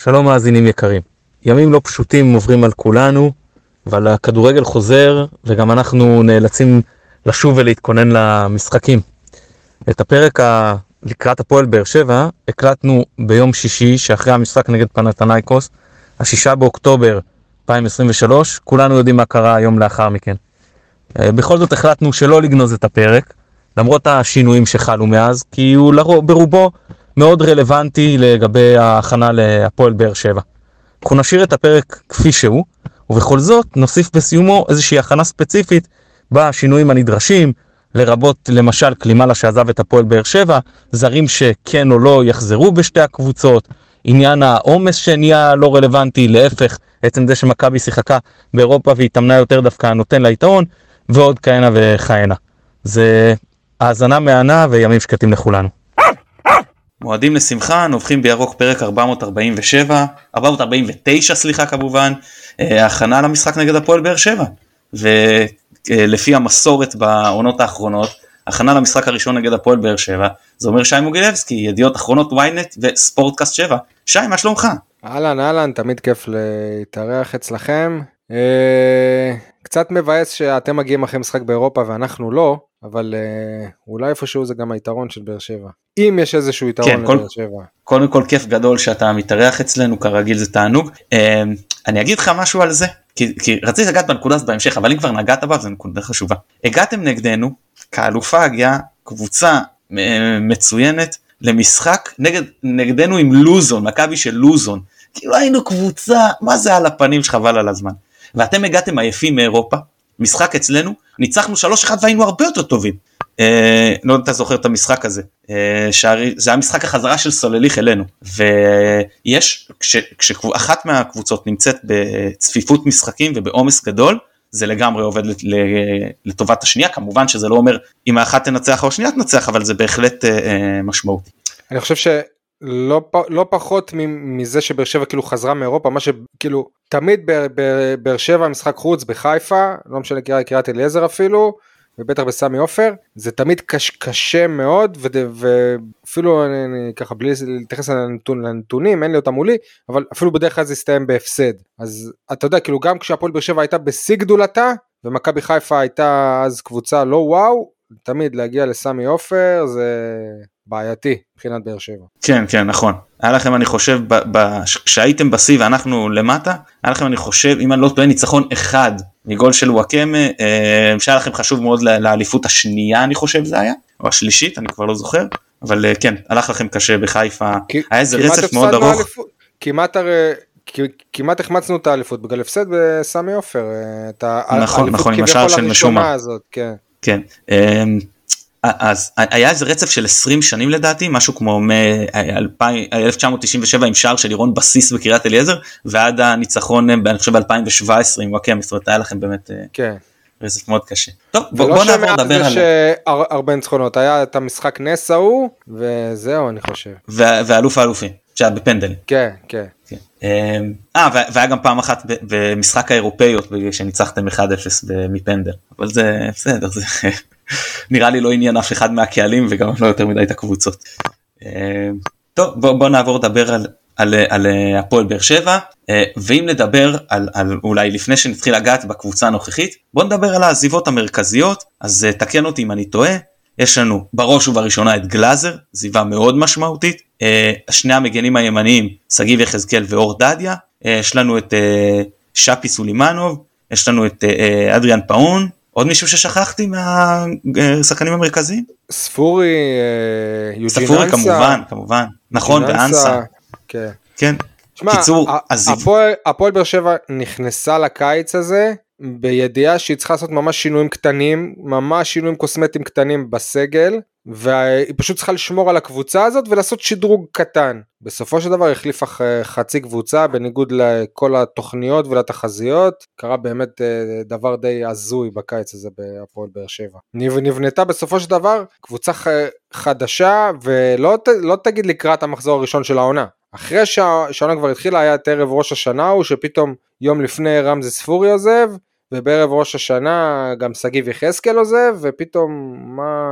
שלום מאזינים יקרים. ימים לא פשוטים עוברים על כולנו, אבל הכדורגל חוזר, וגם אנחנו נאלצים לשוב ולהתכונן למשחקים. את הפרק לקראת הפועל באר שבע הקלטנו ביום שישי, שאחרי המשחק נגד פנתנייקוס, 6 באוקטובר 2023, כולנו יודעים מה קרה היום לאחר מכן. בכל זאת החלטנו שלא לגנוז את הפרק, למרות השינויים שחלו מאז, כי הוא ברובו מאוד רלוונטי לגבי ההכנה להפועל באר שבע. אנחנו נשאיר את הפרק כפי שהוא, ובכל זאת נוסיף בסיומו איזושהי הכנה ספציפית בשינויים הנדרשים, לרבות למשל קלימלה שעזב את הפועל באר שבע, זרים שכן או לא יחזרו בשתי הקבוצות, עניין העומס שנהיה לא רלוונטי, להפך, עצם זה שמכבי שיחקה באירופה והתאמנה יותר דווקא נותן לה יתרון, ועוד כהנה וכהנה. זה האזנה מהנה וימים שקטים לכולנו. מועדים לשמחה, נובחים בירוק פרק 449 סליחה כמובן, הכנה למשחק נגד הפועל באר שבע, ולפי המסורת בעונות האחרונות, הכנה למשחק הראשון נגד הפועל באר שבע, זה אומר שי מוגילבסקי, ידיעות אחרונות ynet וספורטקאסט 7, שי מה שלומך? אהלן, תמיד כיף להתארח אצלכם, קצת מבאס שאתם מגיעים אחרי משחק באירופה ואנחנו לא, אבל אולי איפשהו זה גם היתרון של באר שבע. אם יש איזשהו יתרון לבאר שבע. קודם כל כיף גדול שאתה מתארח אצלנו, כרגיל זה תענוג. אני אגיד לך משהו על זה, כי רציתי לגעת בנקודה הזאת בהמשך, אבל אם כבר נגעת בה, זו נקודה חשובה. הגעתם נגדנו, כאלופה הגיעה קבוצה מצוינת למשחק נגדנו עם לוזון, מכבי של לוזון. כאילו היינו קבוצה, מה זה על הפנים שחבל על הזמן. ואתם הגעתם עייפים מאירופה, משחק אצלנו, ניצחנו 3-1 והיינו הרבה יותר טובים. לא יודע, אתה זוכר את המשחק הזה, זה היה משחק החזרה של סולליך אלינו, ויש, כשאחת מהקבוצות נמצאת בצפיפות משחקים ובעומס גדול, זה לגמרי עובד לטובת השנייה, כמובן שזה לא אומר אם האחת תנצח או השנייה תנצח, אבל זה בהחלט משמעותי. אני חושב לא פחות מזה שבאר שבע כאילו חזרה מאירופה, מה שכאילו תמיד באר שבע משחק חוץ בחיפה, לא משנה קריית אליעזר אפילו, ובטח בסמי עופר, זה תמיד קשה מאוד, ואפילו אני ככה בלי להתייחס לנתונים, אין לי אותם מולי, אבל אפילו בדרך כלל זה הסתיים בהפסד. אז אתה יודע, כאילו גם כשהפועל באר שבע הייתה בשיא גדולתה, ומכבי חיפה הייתה אז קבוצה לא וואו, תמיד להגיע לסמי עופר זה בעייתי מבחינת באר שבע. כן, נכון. היה לכם, אני חושב, כשהייתם בשיא ואנחנו למטה, היה לכם, אני חושב, אם אני לא טועה, ניצחון אחד מגול של וואקמה, שהיה לכם חשוב מאוד לאליפות השנייה, אני חושב זה היה, או השלישית, אני כבר לא זוכר, אבל כן, הלך לכם קשה בחיפה, היה איזה רצף מאוד ארוך. כמעט החמצנו את האליפות, בגלל הפסד בסמי עופר, נכון, עם השער של משומע. כן. כן, אז היה איזה רצף של 20 שנים לדעתי, משהו כמו מ-1997 עם שער של לירון בסיס בקריית אליעזר, ועד הניצחון, אני חושב ב-2017 עם וואקמה, זאת אומרת, היה לכם באמת רצף מאוד קשה. טוב, בוא נעבור לדבר עליו. ולא שמע הרבה ניצחונות, היה את המשחק נס ההוא, וזהו אני חושב. ואלוף האלופים, שהיה בפנדלים. כן. והיה גם פעם אחת במשחק האירופאיות, שניצחתם 1-0 מפנדל, אבל זה בסדר, זה נראה לי לא עניין אף אחד מהקהלים, וגם לא יותר מדי את הקבוצות. טוב, בוא נעבור לדבר על הפועל באר שבע, ואם נדבר על אולי לפני שנתחיל לגעת בקבוצה הנוכחית, בוא נדבר על העזיבות המרכזיות, אז תקן אותי אם אני טועה, יש לנו בראש ובראשונה את גלאזר, זיבה מאוד משמעותית, שני המגנים הימניים, סגיב יחזקאל ואור דדיה, יש לנו את שפי סולימנוב, יש לנו את אדריאן פאון, עוד מישהו ששכחתי מהשחקנים המרכזיים? ספורי, יוג'ין ספורי כמובן, נכון, ואנסה. כן. קיצור, הפועל באר שבע נכנסה לקיץ הזה, בידיעה שהיא צריכה לעשות ממש שינויים קטנים, ממש שינויים קוסמטיים קטנים בסגל, והיא פשוט צריכה לשמור על הקבוצה הזאת, ולעשות שדרוג קטן. בסופו של דבר החליפה חצי קבוצה, בניגוד לכל התוכניות ולתחזיות, קרה באמת דבר די עזוי בקיץ הזה בהפועל באר שבע. נבנתה בסופו של דבר קבוצה חדשה, ולא תגיד לקראת המחזור הראשון של העונה. אחרי שהעונה כבר התחילה, היה את ערב ראש השנה, הוא שפתאום יום לפני רמזי ספורי עוזב, ובערב ראש השנה גם סגיב יחזקאל עוזב, ופתאום מה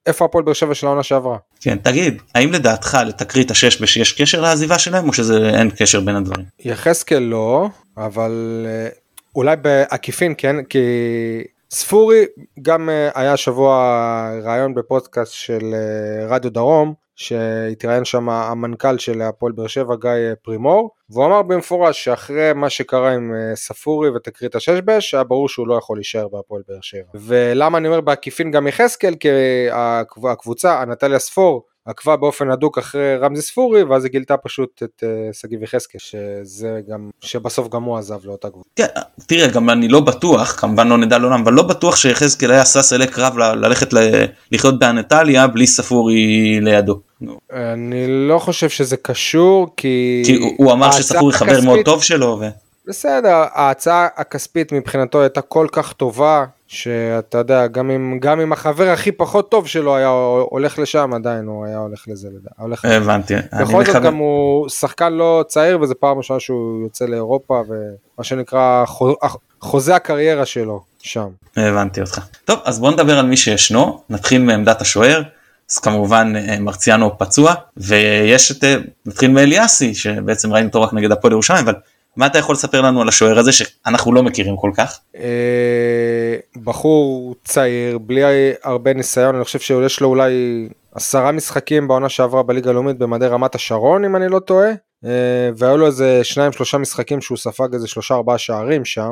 איפה הפועל באר שבע של העונה שעברה. כן, תגיד, האם לדעתך לתקרית השש יש קשר לעזיבה שלהם, או שזה אין קשר בין הדברים? יחזקאל לא, אבל אולי בעקיפין כן, כי ספורי גם היה שבוע רעיון בפודקאסט של רדיו דרום, שהתראיין שם המנכ"ל של הפועל באר שבע גיא פרימור, והוא אמר במפורש שאחרי מה שקרה עם ספורי ותקרית השש-בש, היה ברור שהוא לא יכול להישאר בהפועל באר שבע. ולמה אני אומר בעקיפין גם יחזקאל, כי הקבוצה, אנטליה ספור, עקבה באופן הדוק אחרי רמזי ספורי, ואז היא גילתה פשוט את סגיב יחזקאל, שבסוף גם הוא עזב לאותה קבוצה. כן, תראה, גם אני לא בטוח, כמובן לא נדע לעולם, אבל לא בטוח שיחזקאל היה סס אלי קרב ללכת לחיות באנטליה, בלי ספורי לידו. אני לא חושב שזה קשור, כי הוא אמר שספורי חבר מאוד טוב שלו. בסדר, ההצעה הכספית מבחינתו הייתה כל כך טובה, שאתה יודע, גם אם החבר הכי פחות טוב שלו היה הולך לשם, עדיין הוא היה הולך לזה. הבנתי. בכל זאת גם הוא שחקן לא צעיר, וזה פעם ראשונה שהוא יוצא לאירופה, ומה שנקרא חוזה הקריירה שלו שם. הבנתי אותך. טוב, אז בוא נדבר על מי שישנו, נתחיל מעמדת השוער, אז כמובן מרציאנו פצוע, נתחיל מאליאסי, שבעצם ראינו אותו רק נגד הפועל ירושלים, אבל מה אתה יכול לספר לנו על השוער הזה שאנחנו לא מכירים כל כך? בחור צעיר, בלי הרבה ניסיון, אני חושב שיש לו אולי 10 משחקים בעונה שעברה בליגה הלאומית במדי רמת השרון, אם אני לא טועה, והיו לו איזה 2-3 משחקים שהוא ספג איזה 3-4 שערים שם.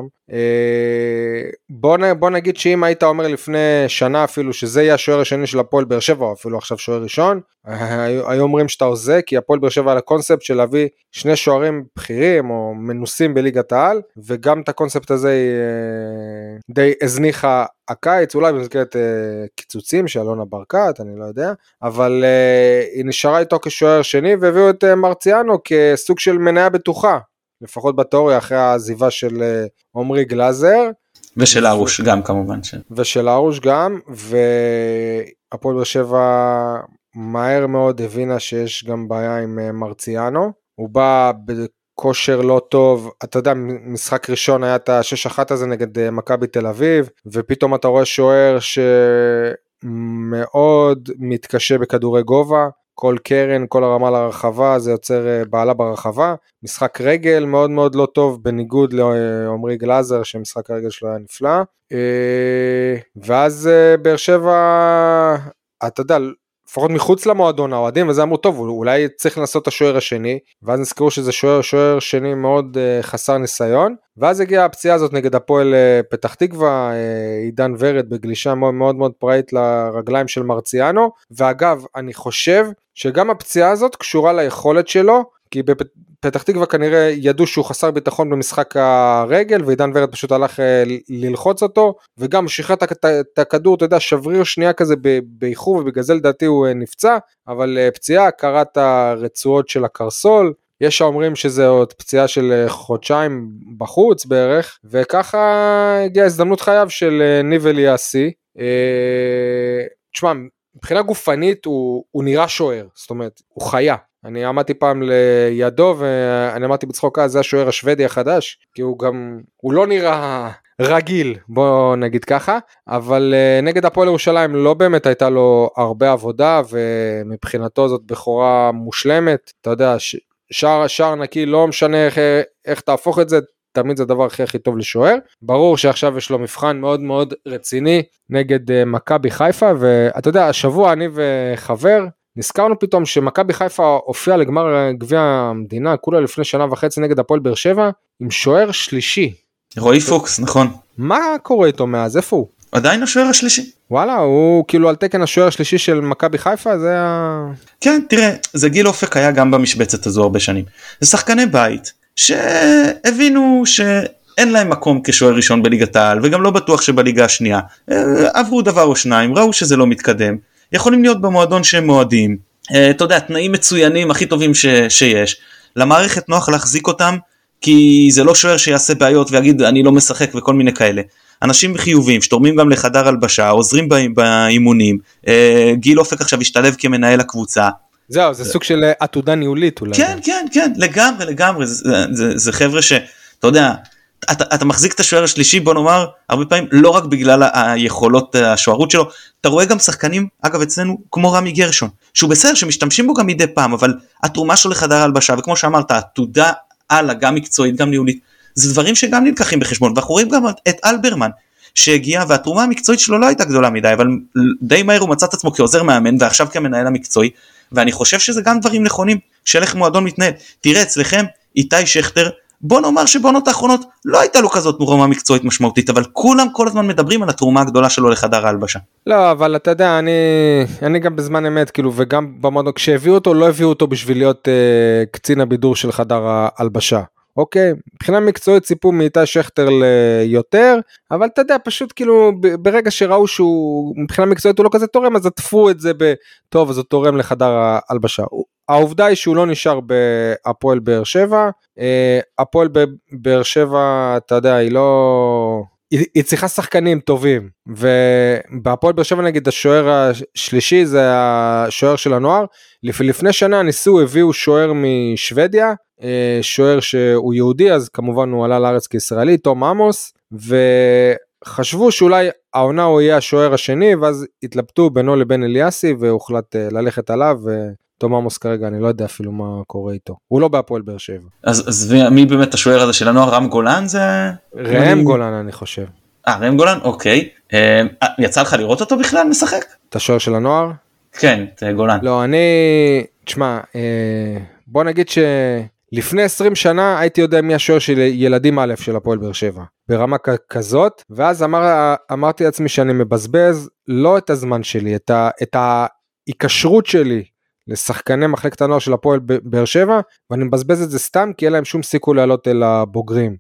בוא נגיד שאם היית אומר לפני שנה אפילו שזה יהיה השוער השני של הפועל באר שבע, או אפילו עכשיו שוער ראשון, היו אומרים שאתה עושה, כי הפועל באר שבע על הקונספט של להביא 2 שוערים בכירים או מנוסים בליגת העל, וגם את הקונספט הזה די הזניחה הקיץ, אולי במסגרת קיצוצים של אלונה ברקת, אני לא יודע, אבל היא נשארה איתו כשוער שני, והביאו את מרציאנו כסוג של מניה בטוחה, לפחות בתיאוריה אחרי העזיבה של עומרי גלאזר. ושל ארוש גם כמובן. ושל ארוש גם, והפועל באר שבע מהר מאוד הבינה שיש גם בעיה עם מרציאנו, הוא בא כושר לא טוב, אתה יודע, משחק ראשון היה את ה-6-1 הזה נגד מכבי תל אביב, ופתאום אתה רואה שוער שמאוד מתקשה בכדורי גובה, כל קרן, כל הרמה לרחבה, זה יוצר בעלה ברחבה, משחק רגל מאוד מאוד לא טוב, בניגוד לעומרי גלאזר, שמשחק הרגל שלו היה נפלא, ואז באר שבע, אתה יודע, לפחות מחוץ למועדון האוהדים, וזה אמרו טוב, אולי צריך לנסות את השוער השני, ואז נזכרו שזה שוער שני מאוד חסר ניסיון, ואז הגיעה הפציעה הזאת נגד הפועל פתח תקווה, עידן ורד בגלישה מאוד מאוד מאוד פראית לרגליים של מרציאנו, ואגב, אני חושב שגם הפציעה הזאת קשורה ליכולת שלו, כי בפתח תקווה כנראה ידעו שהוא חסר ביטחון במשחק הרגל, ועידן ורד פשוט הלך ללחוץ אותו, וגם שחרר את הכדור, אתה יודע, שבריר שנייה כזה באיחור, ובגלל זה לדעתי הוא נפצע, אבל פציעה קראת הרצועות של הקרסול, יש האומרים שזה עוד פציעה של חודשיים בחוץ בערך, וככה הגיעה הזדמנות חייו של ניב אליאסי. תשמע, מבחינה גופנית הוא נראה שוער, זאת אומרת, הוא חיה. אני עמדתי פעם לידו, ואני אמרתי בצחוקה, זה השוער השוודי החדש, כי הוא לא נראה רגיל, בוא נגיד ככה, אבל נגד הפועל ירושלים לא באמת הייתה לו הרבה עבודה, ומבחינתו זאת בחורה מושלמת, אתה יודע, שער נקי, לא משנה איך תהפוך את זה, תמיד זה הדבר הכי טוב לשוער, ברור שעכשיו יש לו מבחן מאוד מאוד רציני, נגד מכבי חיפה, ואתה יודע, השבוע אני וחבר, נזכרנו פתאום שמכבי חיפה הופיע לגמר גביע המדינה, כולה לפני 1.5 שנה נגד הפועל באר שבע, עם שוער שלישי. רועי פוקס, נכון. מה קורה איתו מאז? איפה הוא? עדיין השוער השלישי. וואלה, הוא כאילו על תקן השוער השלישי של מכבי חיפה, זה כן, תראה, זה גיל אופק היה גם במשבצת הזו הרבה שנים. זה שחקני בית, שהבינו שאין להם מקום כשוער ראשון בליגת העל, וגם לא בטוח שבליגה השנייה. עברו דבר או שניים, ראו שזה לא מתקדם. יכולים להיות במועדון שהם מועדים, אתה יודע, תנאים מצוינים, הכי טובים שיש, למערכת נוח להחזיק אותם, כי זה לא שוער שיעשה בעיות ויגיד אני לא משחק וכל מיני כאלה, אנשים חיובים, שתורמים גם לחדר הלבשה, עוזרים באימונים, גיל אופק עכשיו השתלב כמנהל הקבוצה. זהו, זה סוג של עתודה ניהולית אולי. כן, לגמרי, זה חבר'ה שאתה יודע, אתה מחזיק את השוער השלישי, בוא נאמר, הרבה פעמים, לא רק בגלל היכולות השוערות שלו, אתה רואה גם שחקנים, אגב אצלנו, כמו רמי גרשון, שהוא בסדר, שמשתמשים בו גם מדי פעם, אבל התרומה שלו לחדר הלבשה, וכמו שאמרת, העתודה הלאה, גם מקצועית, גם ניהולית, זה דברים שגם נלקחים בחשבון, ואנחנו רואים גם את אלברמן, שהגיע, והתרומה המקצועית שלו לא הייתה גדולה מדי, אבל די מהר הוא מצא את עצמו כעוזר מאמן, ועכשיו כמנהל המקצועי, ואני חושב שזה גם דברים נכונים, כשאיך מועדון מתנהל. תראה, אצלכם, איתי שכטר, בוא נאמר שבעונות האחרונות, לא הייתה לו כזאת תרומה מקצועית משמעותית, אבל כולם כל הזמן מדברים על התרומה הגדולה שלו לחדר ההלבשה. לא, אבל אתה יודע, אני גם בזמן אמת, כאילו, וגם במועדון, כשהביאו אותו, לא הביאו אותו בשביל להיות קצין הבידור של חדר ההלבשה. אוקיי, מבחינה מקצועית ציפו מאיתי שכטר ליותר, אבל אתה יודע, פשוט כאילו, ברגע שראו שהוא, מבחינה מקצועית הוא לא כזה תורם, אז עטפו את זה טוב, אז הוא תורם לחדר ההלבשה. העובדה היא שהוא לא נשאר בהפועל באר שבע, הפועל באר שבע, אתה יודע, היא צריכה שחקנים טובים, ובהפועל באר שבע נגיד השוער השלישי זה השוער של הנוער, לפני שנה הביאו שוער משוודיה, שוער שהוא יהודי, אז כמובן הוא עלה לארץ כישראלי, תום עמוס, וחשבו שאולי העונה הוא יהיה השוער השני, ואז התלבטו בינו לבין אליאסי, והוחלט ללכת עליו, תום עמוס כרגע, אני לא יודע אפילו מה קורה איתו, הוא לא בהפועל באר שבע. אז מי באמת השוער הזה של הנוער, רם גולן זה? ראם גולן אני חושב. ראם גולן, אוקיי. יצא לך לראות אותו בכלל משחק? את השוער של הנוער? כן, את גולן. לא, תשמע, בוא נגיד שלפני 20 שנה הייתי יודע מי השוער של ילדים א' של הפועל באר שבע, ברמה כזאת, ואז אמרתי לעצמי שאני מבזבז לא את הזמן שלי, את ההיקשרות שלי לשחקני מחלקת הנוער של הפועל באר שבע, ואני מבזבז את זה סתם, כי אין להם שום סיכוי לעלות אל הבוגרים,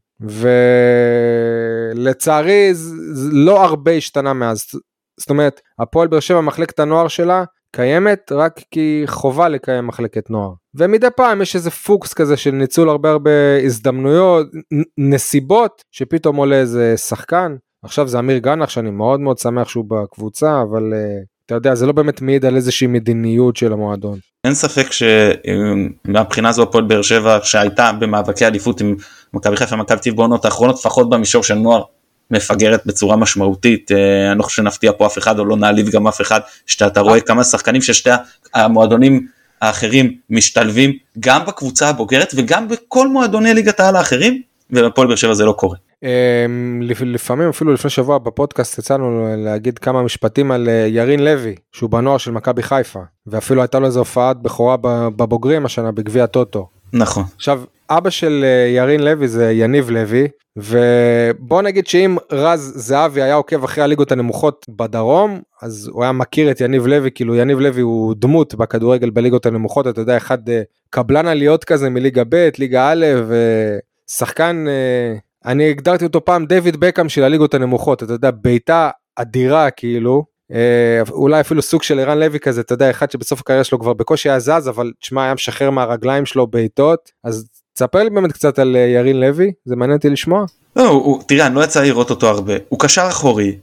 ולצערי לא הרבה השתנה מאז, זאת אומרת, הפועל באר שבע מחלקת הנוער שלה, קיימת רק כי חובה לקיים מחלקת נוער, ומדי פעם יש איזה פוקס כזה של ניצול הרבה הזדמנויות, נסיבות, שפתאום עולה איזה שחקן, עכשיו זה אמיר גנח, שאני מאוד מאוד שמח שהוא בקבוצה, אבל אתה יודע, זה לא באמת מעיד על איזושהי מדיניות של המועדון. אין ספק שמהבחינה זו הפועל באר שבע, שהייתה במאבקי אליפות עם מכבי חיפה ומכבי תל אביב בעונות האחרונות, לפחות במישור של נוער, מפגרת בצורה משמעותית, אני לא חושב שנפתיע פה אף אחד, או לא נעליב גם אף אחד, שאתה רואה כמה שחקנים ששתי המועדונים האחרים משתלבים, גם בקבוצה הבוגרת, וגם בכל מועדוני ליגת העל האחרים, ובפועל באר שבע זה לא קורה. לפעמים אפילו לפני שבוע בפודקאסט יצאנו להגיד כמה משפטים על ירין לוי, שהוא בנוער של מכבי חיפה, ואפילו הייתה לו איזו הופעת בכורה בבוגרים השנה בגביע טוטו. נכון. עכשיו, אבא של ירין לוי זה יניב לוי, ובוא נגיד שאם רז זהבי היה עוקב אחרי הליגות הנמוכות בדרום, אז הוא היה מכיר את יניב לוי, כאילו יניב לוי הוא דמות בכדורגל בליגות הנמוכות, אתה יודע, אחד קבלן עליות כזה מליגה ב', ליגה א', ושחקן, אני הגדרתי אותו פעם דיוויד בקאם של הליגות הנמוכות, אתה יודע, ביתה אדירה כאילו, אולי אפילו סוג של ערן לוי כזה, אתה יודע, אחד שבסוף הקריירה שלו כבר בקושי היה זז, אבל תשמע, היה משחרר מהרגליים שלו בעיטות, אז תספר לי באמת קצת על ירין לוי, זה מעניין אותי לשמוע. לא, תראה, אני לא יצא לראות אותו הרבה, הוא קשר אחורי,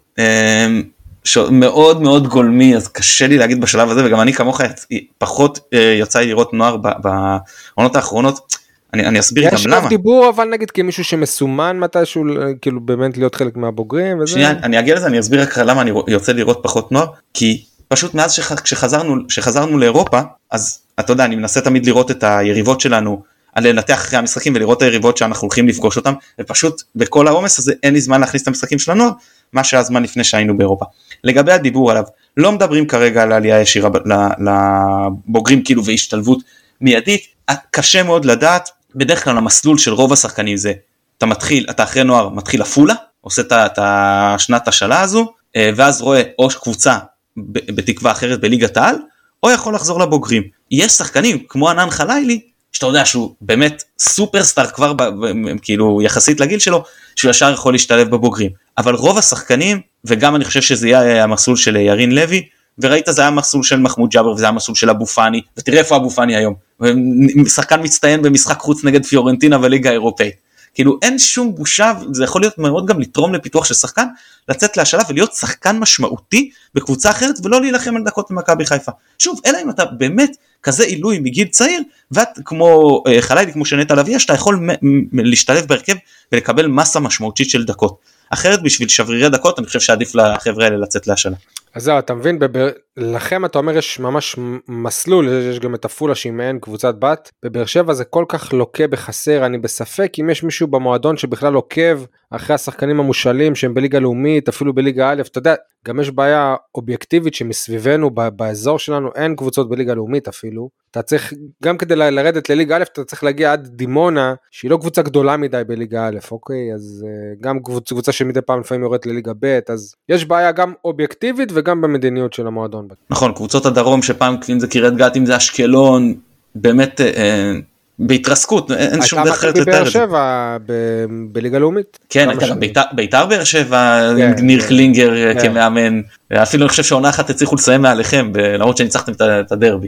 מאוד מאוד גולמי, אז קשה לי להגיד בשלב הזה, וגם אני כמוך פחות יצא לראות נוער בעונות האחרונות, אני אסביר גם למה. יש דיבור אבל נגיד כמישהו שמסומן מתישהו, כאילו באמת להיות חלק מהבוגרים וזה. שנייה, אני אגיע לזה, אני אסביר רק למה אני יוצא לראות פחות נוער, כי פשוט מאז שחזרנו לאירופה, אז אתה יודע, אני מנסה תמיד לראות את היריבות שלנו, לנתח אחרי המשחקים ולראות את היריבות שאנחנו הולכים לפגוש אותם, ופשוט בכל העומס הזה אין לי זמן להכניס את המשחקים של הנוער, מה שהיה זמן לפני שהיינו באירופה. לגבי הדיבור עליו, לא מדברים כרגע על העלייה ישירה לבוגרים כאילו והשתלבות מיידית, קשה מאוד לדעת, בדרך כלל המסלול של רוב השחקנים זה, אתה אחרי נוער מתחיל לפולה, עושה את השנת השאלה הזו, ואז רואה או קבוצה בתקווה אחרת בליגת העל, או יכול לחזור לבוגרים. יש שחקנים כמו ענן חלילי, שאתה יודע שהוא באמת סופרסטאר כבר כאילו יחסית לגיל שלו, שהוא ישר יכול להשתלב בבוגרים. אבל רוב השחקנים, וגם אני חושב שזה יהיה המסלול של ירין לוי, וראית זה היה המסלול של מחמוד ג'אבר, וזה היה המסלול של אבו פאני, ותראה איפה אבו פאני היום. שחקן מצטיין במשחק חוץ נגד פיורנטינה בליגה האירופאית. כאילו אין שום בושה, זה יכול להיות מאוד גם לתרום לפיתוח של שחקן, לצאת להשאלה ולהיות שחקן משמעותי בקבוצה אחרת, ולא להילחם על דקות במכבי חיפה. שוב, אלא אם אתה באמת כזה עילוי מגיל צעיר, ואת כמו חלילי, כמו שנטע לביא, שאתה יכול להשתלב בהרכב, ולקבל מסה משמעותית של דקות. אחרת בשביל שברירי דקות, אני חושב שעדיף לחבר'ה האלה לצאת להשאלה. אז זהו, אתה מבין, לכם אתה אומר יש ממש מסלול, יש גם את הפולה שהיא מעין קבוצת בת, בבאר שבע זה כל כך לוקה בחסר, אני בספק אם יש מישהו במועדון שבכלל עוקב אחרי השחקנים המושאלים שהם בליגה לאומית, אפילו בליגה א', אתה יודע, גם יש בעיה אובייקטיבית שמסביבנו באזור שלנו, אין קבוצות בליגה לאומית אפילו, אתה צריך, גם כדי לרדת לליגה א', אתה צריך להגיע עד דימונה, שהיא לא קבוצה גדולה מדי בליגה א', אוקיי, אז גם קבוצה שמדי פעם לפעמים יורדת לליגה ב', אז יש בעיה גם אובייקטיבית וגם במדיניות של המועדון. נכון, קבוצות הדרום שפעם אם זה קריית גת, אם זה אשקלון, באמת בהתרסקות, אין שום דרך אחרת לתאר את זה. הייתה מכבי באר שבע בליגה לאומית. כן, הייתה גם ביתר באר שבע, עם ניר קלינגר כמאמן, אפילו אני חושב שעונה אחת הצליחו לסיים מעליכם, למרות שניצחתם את הדרבי.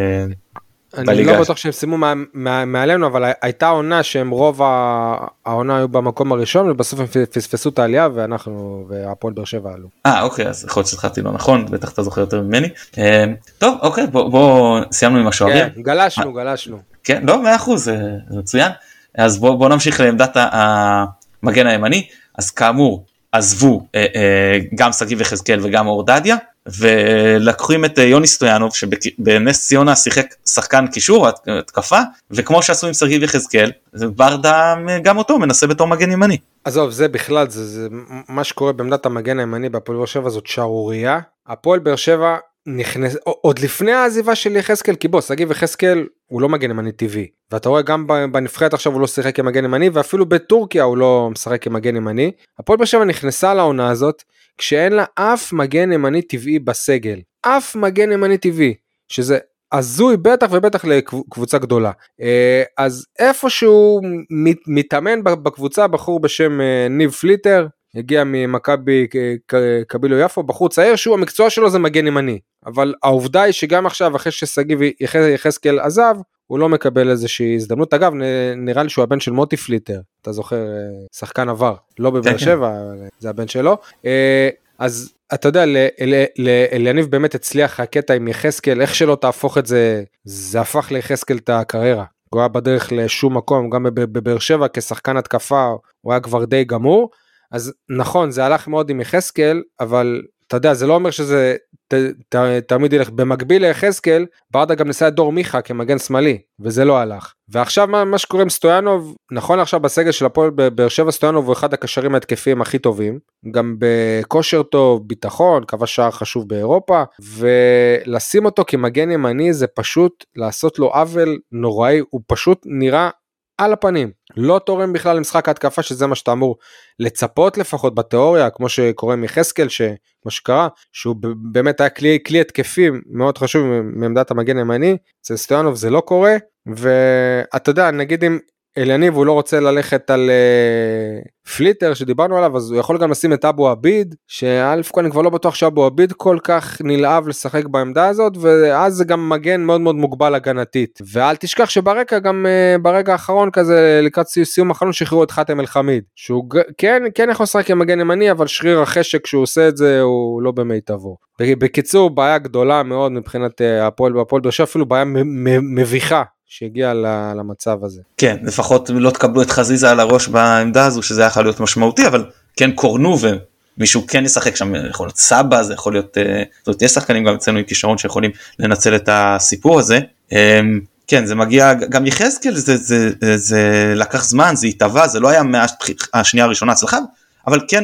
אני לא בטוח שהם שימו מעלינו, אבל הייתה עונה שהם רוב העונה היו במקום הראשון, ובסוף הם פספסו את העלייה, ואנחנו והפועל באר שבע עלו. אוקיי, אז יכול להיות שזכרתי לא נכון, בטח אתה זוכר יותר ממני. טוב, אוקיי, בוא סיימנו עם השוערים. כן, גלשנו. כן, לא, 100%, זה מצוין. אז בוא נמשיך לעמדת המגן הימני. אז כאמור, עזבו גם שגיב יחזקאל וגם אור דדיה, ולקחים את יוני סטויאנוב, שבנס ציונה שיחק שחקן קישור, התקפה, וכמו שעשו עם שגיב יחזקאל, ברדה גם אותו מנסה בתור מגן ימני. עזוב, זה בכלל, זה מה שקורה בעמדת המגן הימני בהפועל באר שבע, זאת שערוריה. הפועל באר שבע נכנס, עוד לפני העזיבה של יחזקאל, כי בוא, שגיב יחזקאל הוא לא מגן ימני טבעי, ואתה רואה גם בנבחרת עכשיו הוא לא שיחק כמגן ימני, ואפילו בטורקיה הוא לא משחק כמגן ימני. הפועל באר שבע נכנסה לעונה הזאת, כשאין לה אף מגן ימני טבעי בסגל, אף מגן ימני טבעי, שזה הזוי בטח ובטח לקבוצה גדולה. אז איפשהו מתאמן בקבוצה בחור בשם ניב פליטר, הגיע ממכבי קבילו יפו, בחור צעיר שהוא המקצוע שלו זה מגן ימני, אבל העובדה היא שגם עכשיו אחרי ששגיב יחזקאל עזב, הוא לא מקבל איזושהי הזדמנות. אגב, נראה לי שהוא הבן של מוטי פליטר, אתה זוכר, שחקן עבר, לא בבאר שבע, זה הבן שלו. אז אתה יודע, ליניב באמת הצליח הקטע עם יחזקאל, איך שלא תהפוך את זה, זה הפך ליחזקאל את הקריירה. הוא היה בדרך לשום מקום, גם בבאר שבע כשחקן התקפה, הוא היה כבר די גמור. אז נכון, זה הלך מאוד עם יחזקאל, אבל אתה יודע, זה לא אומר שזה תמיד ילך. במקביל ליחזקאל, ברדה גם ניסה את דור מיכה כמגן שמאלי, וזה לא הלך. ועכשיו מה שקורה עם סטויאנוב, נכון עכשיו בסגל של הפועל באר שבע, סטויאנוב הוא אחד הקשרים ההתקפיים הכי טובים, גם בכושר טוב, ביטחון, כבש שער חשוב באירופה, ולשים אותו כמגן ימני זה פשוט לעשות לו עוול נוראי, הוא פשוט נראה על הפנים, לא תורם בכלל למשחק ההתקפה, שזה מה שאתה אמור לצפות לפחות בתיאוריה, כמו שקורה עם יחזקאל, כמו שקרה, שהוא באמת היה כלי התקפי מאוד חשוב מעמדת המגן הימני, אצל סטויאנוב זה לא קורה, ואתה יודע, נגיד אם אליניב הוא לא רוצה ללכת על פליטר שדיברנו עליו, אז הוא יכול גם לשים את אבו עביד, שאלף כל אני כבר לא בטוח שאבו עביד כל כך נלהב לשחק בעמדה הזאת, ואז זה גם מגן מאוד מאוד מוגבל הגנתית, ואל תשכח שברקע גם ברגע האחרון כזה, לקראת סיום האחרון שחררו את חאתם אל חמיד, שהוא כן יכול לשחק עם מגן ימני, אבל שריר החשק כשהוא עושה את זה, הוא לא במיטבו. בקיצור, בעיה גדולה מאוד מבחינת הפועל באר שבע, אפילו בעיה מביכה, שהגיע למצב הזה. כן, לפחות לא תקבלו את חזיזה על הראש בעמדה הזו, שזה יכול להיות משמעותי, אבל כן קורנו ומישהו כן ישחק שם, יכול להיות סבא, זה יכול להיות, זאת אומרת, יש שחקנים גם אצלנו עם כישרון שיכולים לנצל את הסיפור הזה. כן, זה מגיע, גם יחזקאל, זה לקח זמן, זה התאווה, זה לא היה מהשנייה הראשונה אצלך, אבל כן,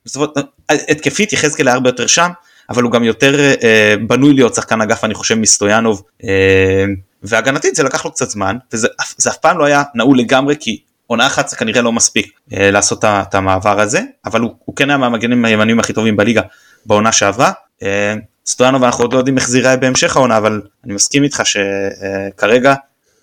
התקפית יחזקאל היה הרבה יותר שם, אבל הוא גם יותר בנוי להיות שחקן אגף, אני חושב, מסטויאנוב, והגנתית זה לקח לו קצת זמן, וזה אף פעם לא היה נעול לגמרי, כי עונה אחת זה כנראה לא מספיק לעשות את המעבר הזה, אבל הוא כן היה מהמגנים הימניים הכי טובים בליגה בעונה שעברה. סטויאנוב אנחנו עוד לא יודעים איך זה ייראה בהמשך העונה, אבל אני מסכים איתך שכרגע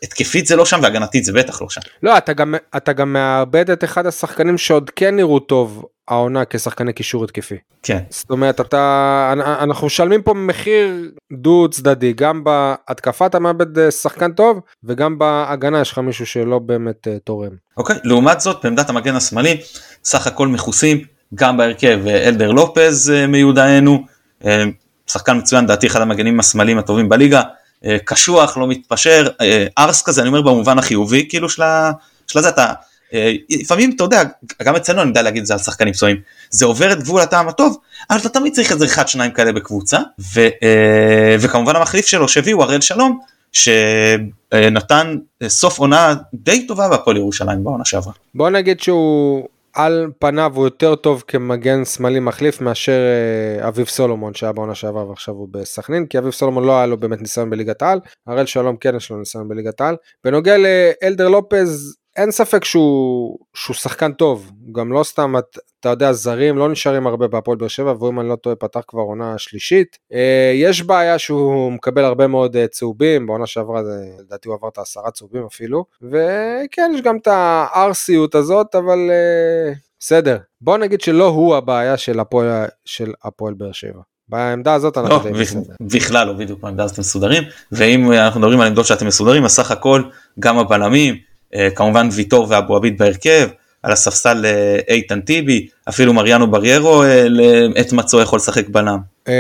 התקפית זה לא שם, והגנתית זה בטח לא שם. לא, אתה גם מאבד את אחד השחקנים שעוד כן נראו טוב, העונה כשחקני קישור התקפי. כן. זאת אומרת, אנחנו משלמים פה מחיר דו צדדי, גם בהתקפה אתה מאבד שחקן טוב, וגם בהגנה יש לך מישהו שלא באמת תורם. אוקיי, לעומת זאת, בעמדת המגן השמאלי, סך הכל מכוסים, גם בהרכב אלדר לופז מיודענו, שחקן מצוין, דעתי אחד המגנים השמאליים הטובים בליגה, קשוח, לא מתפשר, ארס כזה, אני אומר במובן החיובי, כאילו של זה, אתה, לפעמים, אתה יודע, גם אצלנו אני יודע להגיד את זה על שחקנים פצועים, זה עובר את גבול הטעם הטוב, אבל אתה תמיד צריך איזה 1-2 כאלה בקבוצה, וכמובן המחליף שלו שהביאו, הראל שלום, שנתן סוף עונה די טובה בהפועל ירושלים בעונה שעברה. בוא נגיד שהוא על פניו הוא יותר טוב כמגן שמאלי מחליף מאשר אביב סולומון שהיה בעונה שעברה ועכשיו הוא בסכנין, כי אביב סולומון לא היה לו באמת ניסיון בליגת העל, הראל שלום כן יש לו ניסיון בליגת העל. בנוגע לאלדר לופז, אין ספק שהוא שחקן טוב, גם לא סתם, אתה יודע, זרים לא נשארים הרבה בהפועל באר שבע, ואם אני לא טועה פתח כבר עונה שלישית, יש בעיה שהוא מקבל הרבה מאוד צהובים, בעונה שעברה לדעתי הוא עבר את 10 צהובים אפילו, וכן יש גם את הארסיות הזאת, אבל בסדר, בוא נגיד שלא הוא הבעיה של הפועל באר שבע. בעמדה הזאת אנחנו די מסודרים. בכלל לא, בדיוק בעמדה הזאת מסודרים, ואם אנחנו מדברים על עמדות שאתם מסודרים, אז סך הכל גם הבלמים, כמובן ויטור ואבו עביד בהרכב, על הספסל איתן טיבי, אפילו מריאנו בריירו את מצוא יכול לשחק בלם.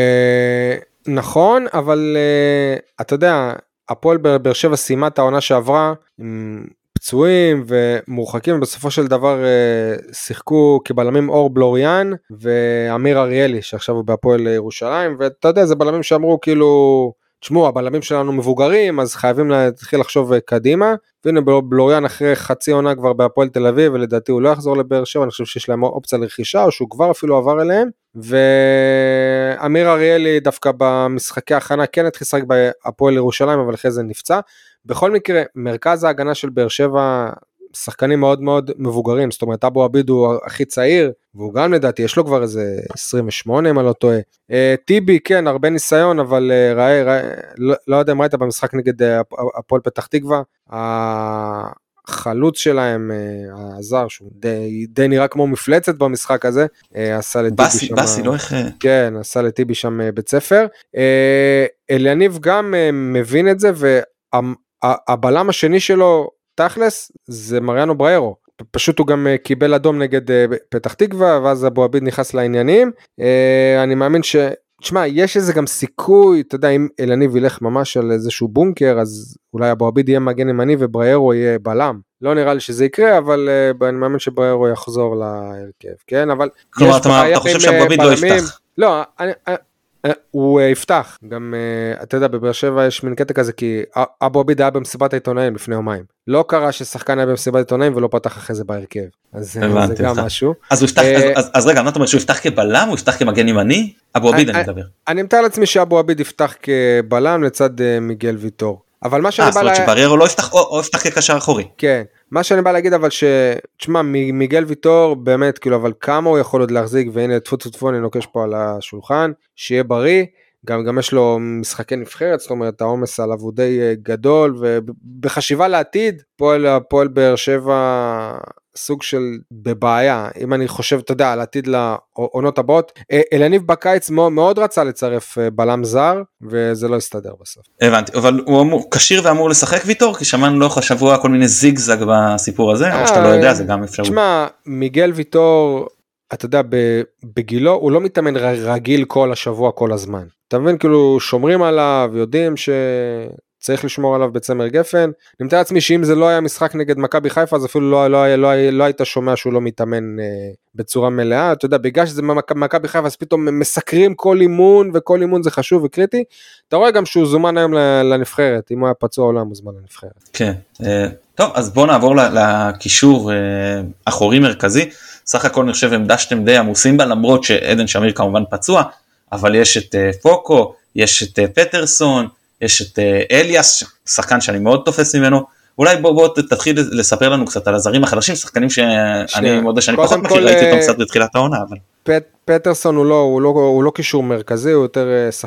נכון, אבל אתה יודע, הפועל באר שבע סיימה את העונה שעברה, עם פצועים ומורחקים, ובסופו של דבר שיחקו כבלמים אור בלוריאן, ואמיר אריאלי, שעכשיו הוא בהפועל ירושלים, ואתה יודע, זה בלמים שאמרו כאילו, תשמעו, הבלמים שלנו מבוגרים, אז חייבים להתחיל לחשוב קדימה, והנה בלוריאן אחרי חצי עונה כבר בהפועל תל אביב, ולדעתי הוא לא יחזור לבאר שבע, אני חושב שיש להם אופציה לרכישה, או שהוא כבר אפילו עבר אליהם, ואמיר אריאלי דווקא במשחקי ההכנה כן התחיל לשחק בהפועל ירושלים, אבל אחרי זה נפצע. בכל מקרה, מרכז ההגנה של באר שבע, שחקנים מאוד מאוד מבוגרים, זאת אומרת, אבו עביד הוא הכי צעיר, והוא גם לדעתי, יש לו כבר איזה 28 אם אני לא טועה. טיבי, כן, הרבה ניסיון, אבל לא יודע אם ראית במשחק נגד הפועל פתח תקווה, החלוץ שלהם, הזר, שהוא די נראה כמו מפלצת במשחק הזה, עשה לטיבי שם, בסי, לא איך... כן, עשה לטיבי שם בית ספר. אליניב גם מבין את זה, והבלם השני שלו, תכלס, זה מריאנו בריירו, פשוט הוא גם קיבל אדום נגד פתח תקווה, ואז אבו עביד נכנס לעניינים, אני מאמין תשמע, יש איזה גם סיכוי, אתה יודע, אם אליניב ילך ממש על איזשהו בונקר, אז אולי אבו עביד יהיה מגן ימני, ובריירו יהיה בלם, לא נראה לי שזה יקרה, אבל אני מאמין שבריירו יחזור להרכב, כן, אבל... כלומר, אתה חושב שאבו עביד לא יפתח? לא, הוא יפתח, גם אתה יודע בבאר שבע יש מין קטע כזה, כי אבו עביד היה במסיבת העיתונאים לפני יומיים, לא קרה ששחקן היה במסיבת העיתונאים ולא פתח אחרי זה בהרכב, אז זה גם משהו. אז רגע, אתה אומר שהוא יפתח כבלם, הוא יפתח כמגן ימני? אבו עביד אני מדבר. אני מתאר לעצמי שאבו עביד יפתח כבלם לצד מיגל ויטור. אבל מה שאני בא... זאת אומרת שבריירו לא יפתח או יפתח כקשר אחורי. כן, מה שאני בא להגיד אבל תשמע, מיגל ויטור באמת, כאילו, אבל כמה הוא יכול עוד להחזיק, והנה טפו, אני נוקש פה על השולחן, שיהיה בריא, גם יש לו משחקי נבחרת, זאת אומרת, העומס עליו הוא די גדול, ובחשיבה לעתיד, פועל באר שבע סוג של בבעיה, אם אני חושב, אתה יודע, על עתיד לעונות הבאות, אליניב בקיץ מאוד רצה לצרף בלם זר, וזה לא הסתדר בסוף. הבנתי, אבל הוא קשיר ואמור לשחק ויטור, כי שמענו לו השבוע כל מיני זיגזג בסיפור הזה, או שאתה לא יודע, זה גם אפשרות. תשמע, מיגל ויטור, אתה יודע, בגילו, הוא לא מתאמן רגיל כל השבוע, כל הזמן. אתה מבין, כאילו, שומרים עליו, יודעים צריך לשמור עליו בצמר גפן. אני מתאר לעצמי שאם זה לא היה משחק נגד מכבי חיפה, אז אפילו לא היית שומע שהוא לא מתאמן בצורה מלאה. אתה יודע, בגלל שזה מכבי חיפה, אז פתאום מסקרים כל אימון, וכל אימון זה חשוב וקריטי. אתה רואה גם שהוא זומן היום לנבחרת, אם הוא היה פצוע או לא מוזמן לנבחרת. כן, טוב, אז בואו נעבור לקישור אחורי מרכזי. סך הכל אני חושב, הם דשתם די עמוסים בה, למרות שעדן שמיר כמובן פצוע, אבל יש את פוקו, יש את פטרסון, יש את אליאס, שחקן שאני מאוד תופס ממנו, אולי בוא תתחיל לספר לנו קצת על הזרים החדשים, שחקנים שאני מודה שאני פחות מכיר, ראיתי אותם קצת בתחילת העונה, אבל... פטרסון הוא לא קישור מרכזי, הוא יותר שחקן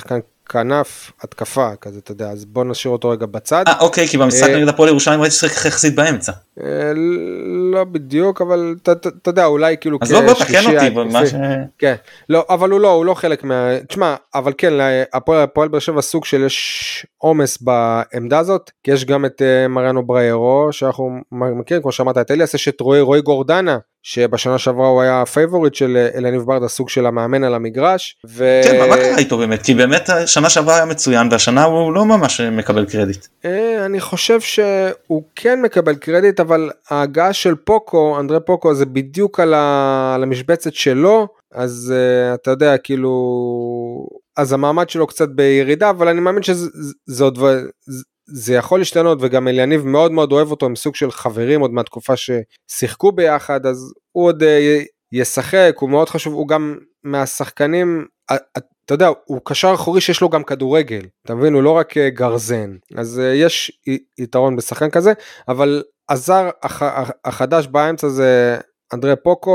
כנף התקפה כזה, אתה יודע, אז בוא נשאיר אותו רגע בצד. אוקיי, כי במשחק נגד הפועל ירושלים ראיתי ששחק יחסית באמצע. לא בדיוק, אבל אתה יודע, אולי כאילו אז לא תקן אותי במה ש... כן, לא, אבל הוא לא חלק מה... תשמע, אבל כן, הפועל באר שבע סוג של יש עומס בעמדה הזאת, כי יש גם את מריאנו בריירו, שאנחנו מכירים, כמו שאמרת, את אליאס, יש את רועי גורדנה, שבשנה שעברה הוא היה הפייבוריט של אלניב ברדה, סוג של המאמן על המגרש. כן, מה קרה איתו באמת? כי באמת שנה שעברה היה מצוין, והשנה הוא לא ממש מקבל קרדיט. אני חושב שהוא כן מקבל קרדיט, אבל ההגעה של פוקו, אנדרי פוקו, זה בדיוק על המשבצת שלו, אז אתה יודע, כאילו, אז המעמד שלו קצת בירידה, אבל אני מאמין שזה עוד... זה יכול להשתנות, וגם אליניב מאוד מאוד אוהב אותו, עם סוג של חברים עוד מהתקופה ששיחקו ביחד, אז הוא עוד ישחק, הוא מאוד חשוב, הוא גם מהשחקנים, אתה יודע, הוא קשר אחורי שיש לו גם כדורגל, אתה מבין, הוא לא רק גרזן, אז יש יתרון בשחקן כזה, אבל הזר החדש באמצע זה אנדרי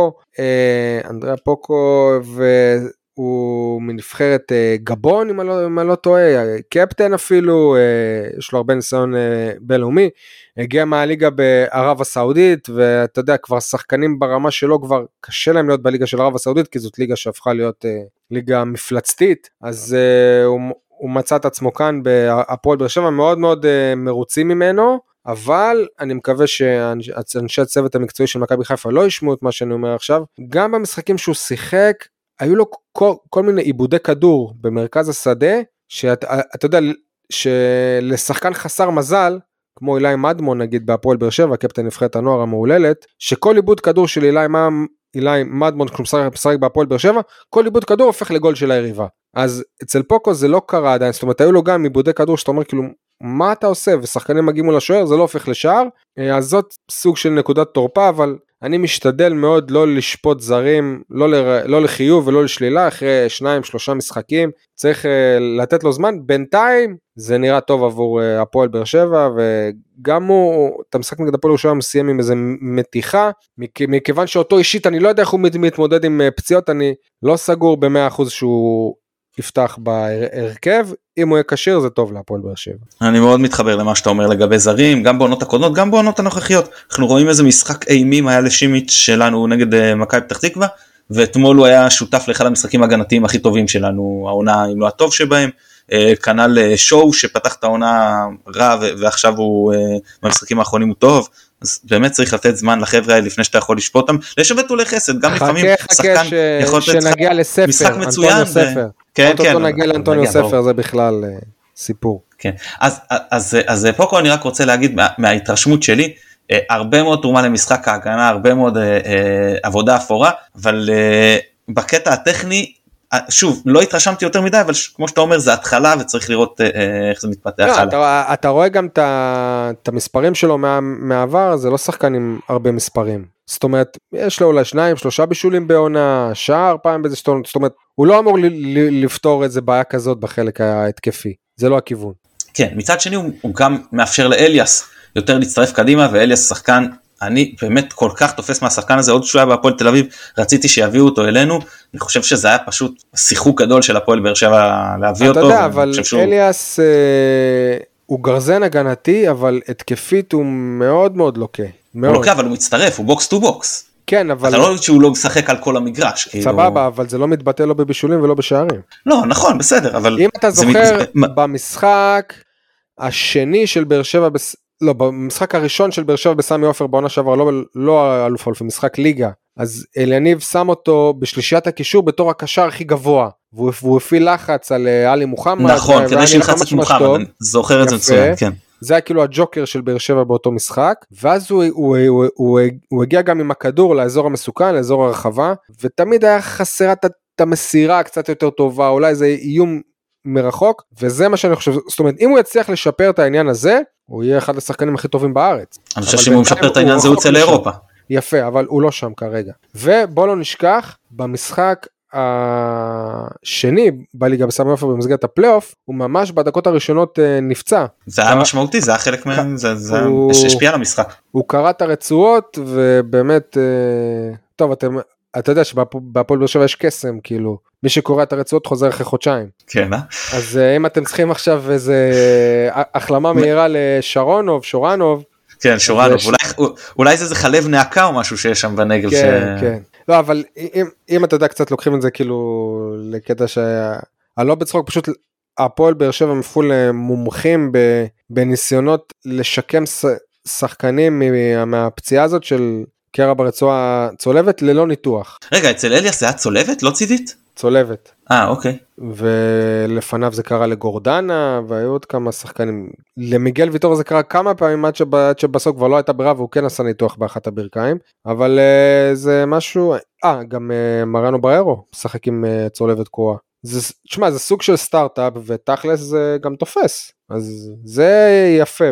פוקו, הוא מנבחרת גבון, אם אני לא טועה, קפטן אפילו, יש לו הרבה ניסיון בינלאומי, הגיע מהליגה בערב הסעודית, ואתה יודע, כבר שחקנים ברמה שלו, כבר קשה להם להיות בליגה של ערב הסעודית, כי זאת ליגה שהפכה להיות ליגה מפלצתית, אז הוא מצא את עצמו כאן בהפועל באר שבע, מאוד מאוד מרוצים ממנו, אבל אני מקווה שאנשי הצוות המקצועי של מכבי חיפה לא ישמעו את מה שאני אומר עכשיו, גם במשחקים שהוא שיחק, היו לו כל מיני עיבודי כדור במרכז השדה, שאתה יודע, שלשחקן חסר מזל, כמו אילי מדמון נגיד בהפועל באר שבע, קפטן נבחרת הנוער המעוללת, שכל עיבוד כדור של אילי מדמון, כשהוא משחק בהפועל באר שבע, כל עיבוד כדור הופך לגול של היריבה. אז אצל פוקו זה לא קרה עדיין, זאת אומרת, היו לו גם עיבודי כדור שאתה אומר כאילו, מה אתה עושה? ושחקנים מגיעים מול השוער, זה לא הופך לשער, אז זאת סוג של נקודת תורפה, אבל אני משתדל מאוד לא לשפוט זרים, לא לחיוב ולא לשלילה, אחרי 2-3 משחקים, צריך לתת לו זמן, בינתיים זה נראה טוב עבור הפועל באר שבע, וגם הוא, אתה משחק נגד הפועל ירושלים מסיים עם איזה מתיחה, מכיוון שאותו אישית, אני לא יודע איך הוא מתמודד עם פציעות, אני לא סגור ב100% שהוא יפתח בהרכב, אם הוא יהיה קשיר זה טוב להפועל באר שבע. אני מאוד מתחבר למה שאתה אומר לגבי זרים, גם בעונות הקודמות, גם בעונות הנוכחיות. אנחנו רואים איזה משחק אימים היה לשימיץ' שלנו נגד מכבי פתח תקווה, ואתמול הוא היה שותף לאחד המשחקים הגנתיים הכי טובים שלנו, העונה אם לא הטוב שבהם, כנ"ל שואו שפתח את העונה רע ועכשיו הוא במשחקים האחרונים הוא טוב, אז באמת צריך לתת זמן לחבר'ה האלה לפני שאתה יכול לשפוט אותם, לשבת אולי חסד, גם לפעמים שחקן יכול לתת משחק מצוין. כן, כן. נגיע לאנטוניו ספר, זה בכלל סיפור. כן, אז פוקו אני רק רוצה להגיד מההתרשמות שלי, הרבה מאוד תרומה למשחק ההגנה, הרבה מאוד עבודה אפורה, אבל בקטע הטכני, שוב, לא התרשמתי יותר מדי, אבל כמו שאתה אומר, זה התחלה, וצריך לראות איך זה מתפתח הלאה. אתה רואה גם את המספרים שלו מהעבר, זה לא שחקן עם הרבה מספרים. זאת אומרת, יש לו אולי 2-3 בישולים בעונה, שער פעם בזה, זאת אומרת, הוא לא אמור לפתור איזה בעיה כזאת בחלק ההתקפי, זה לא הכיוון. כן, מצד שני הוא גם מאפשר לאליאס יותר להצטרף קדימה, ואליאס שחקן, אני באמת כל כך תופס מהשחקן הזה, עוד שהוא היה בהפועל תל אביב, רציתי שיביאו אותו אלינו, אני חושב שזה היה פשוט שיחוק גדול של הפועל באר שבע להביא אותו. אתה יודע, אבל אליאס הוא גרזן הגנתי, אבל התקפית הוא מאוד מאוד לוקה. הוא לוקה, אבל הוא מצטרף, הוא בוקס טו בוקס. כן, אבל... אתה לא יודע שהוא לא משחק על כל המגרש. סבבה, אבל זה לא מתבטא לא בבישולים ולא בשערים. לא, נכון, בסדר, אבל... אם אתה זוכר, במשחק השני של באר שבע, לא, במשחק הראשון של באר שבע בסמי עופר בעונה שעברה, לא אלוף אלוף, משחק ליגה, אז אליניב שם אותו בשלישיית הקישור בתור הקשר הכי גבוה, והוא הפעיל לחץ על עלי מוחמד. נכון, כדי שילחץ את מוחמד, אני זוכר את זה מצוין, כן. זה היה כאילו הג'וקר של באר שבע באותו משחק, ואז הוא הגיע גם עם הכדור לאזור המסוכן, לאזור הרחבה, ותמיד היה חסרה את המסירה קצת יותר טובה, אולי זה איום מרחוק, וזה מה שאני חושב, זאת אומרת, אם הוא יצליח לשפר את העניין הזה, הוא יהיה אחד השחקנים הכי טובים בארץ. אני חושב שאם הוא משפר את העניין הזה, הוא יוצא לאירופה. יפה, אבל הוא לא שם כרגע. ובוא לא נשכח, במשחק השני בליגה בסמי עופר במסגרת הפלייאוף, הוא ממש בדקות הראשונות נפצע. זה היה משמעותי, זה היה חלק מהם, זה השפיע על המשחק. הוא קרא את הרצועות, ובאמת, טוב, אתה יודע שבהפועל באר שבע יש קסם, כאילו, מי שקורא את הרצועות חוזר אחרי חודשיים. כן, אז אם אתם צריכים עכשיו איזה החלמה מהירה שורנוב. כן, שורנוב, אולי זה חלב נעקה או משהו שיש שם בנגב. כן, כן. לא, אבל אם אתה יודע, קצת לוקחים את זה כאילו לקטע אני לא בצחוק, פשוט הפועל באר שבע מפול מומחים בניסיונות לשקם שחקנים מהפציעה הזאת של קרע ברצועה צולבת ללא ניתוח. רגע, אצל אליאס זה היה צולבת, לא צידית? צולבת. אוקיי. ולפניו זה קרה לגורדנה, והיו עוד כמה שחקנים. למיגל ויטור זה קרה כמה פעמים עד שבסוף כבר לא הייתה ברירה, והוא כן עשה ניתוח באחת הברכיים, אבל זה משהו, גם מרנו בריירו, משחק עם צולבת קרועה. תשמע, זה סוג של סטארט-אפ, ותכלס זה גם תופס. אז זה יפה,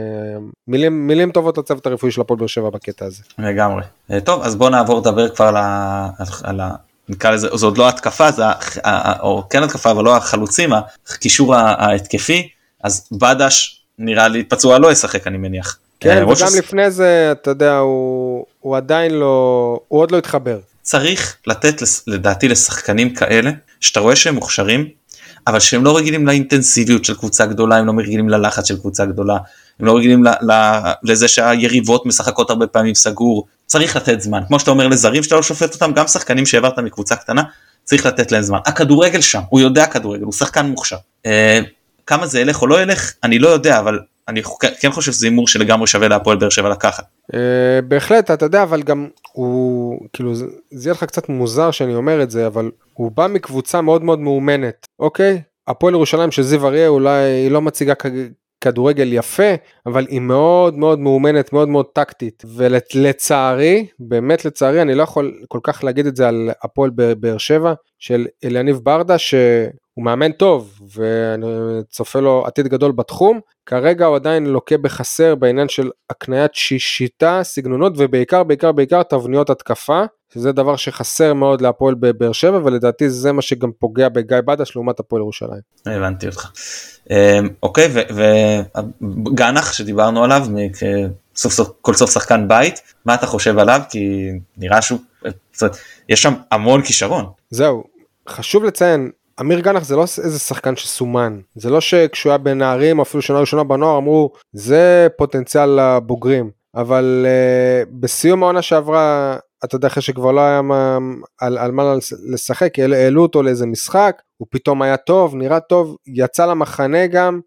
מילים טובות לצוות הרפואי של הפועל באר שבע בקטע הזה. לגמרי. טוב, אז בוא נעבור לדבר כבר על נקרא לזה, זה עוד לא התקפה, או כן התקפה, אבל לא החלוצים, הקישור ההתקפי, אז בדש נראה לי פצוע לא ישחק, אני מניח. כן, וגם לפני זה, אתה יודע, הוא עדיין לא, הוא עוד לא התחבר. צריך לתת, לדעתי, לשחקנים כאלה, שאתה רואה שהם מוכשרים, אבל שהם לא רגילים לאינטנסיביות של קבוצה גדולה, הם לא רגילים ללחץ של קבוצה גדולה, הם לא רגילים לזה שהיריבות משחקות הרבה פעמים סגור, צריך לתת זמן, כמו שאתה אומר לזרים שאתה לא שופט אותם, גם שחקנים שהעברת מקבוצה קטנה, צריך לתת להם זמן. הכדורגל שם, הוא יודע כדורגל, הוא שחקן מוכשר. כמה זה ילך או לא ילך, אני לא יודע, אבל אני כן חושב שזה אימור שלגמרי שווה להפועל באר שבע לקחת. בהחלט, אתה יודע, אבל גם הוא, כאילו, זה יהיה לך קצת מוזר שאני אומר את זה, אבל הוא בא מקבוצה מאוד מאוד מאומנת, אוקיי? הפועל ירושלים של זיו אריה אולי היא לא מציגה כדורגל יפה, אבל היא מאוד מאוד מאומנת, מאוד מאוד טקטית, ולצערי, באמת לצערי, אני לא יכול כל כך להגיד את זה על הפועל באר שבע, של אליניב ברדה, שהוא מאמן טוב, ואני צופה לו עתיד גדול בתחום, כרגע הוא עדיין לוקה בחסר בעניין של הקניית שיטה, סגנונות, ובעיקר, בעיקר תבניות התקפה, שזה דבר שחסר מאוד להפועל בבאר שבע, ולדעתי זה מה שגם פוגע בגיא בדש לעומת הפועל ירושלים. הבנתי אותך. אוקיי, וגנח שדיברנו עליו, כל סוף שחקן בית, מה אתה חושב עליו? כי נראה שהוא, יש שם המון כישרון. זהו, חשוב לציין, אמיר גנח זה לא איזה שחקן שסומן, זה לא שכשהוא היה בנערים, אפילו שנה ראשונה בנוער, אמרו, זה פוטנציאל לבוגרים, אבל בסיום העונה שעברה, אתה יודע, אחרי שכבר לא היה על מה לשחק, העלו אותו לאיזה משחק, הוא פתאום היה טוב, נראה טוב, יצא למחנה גם,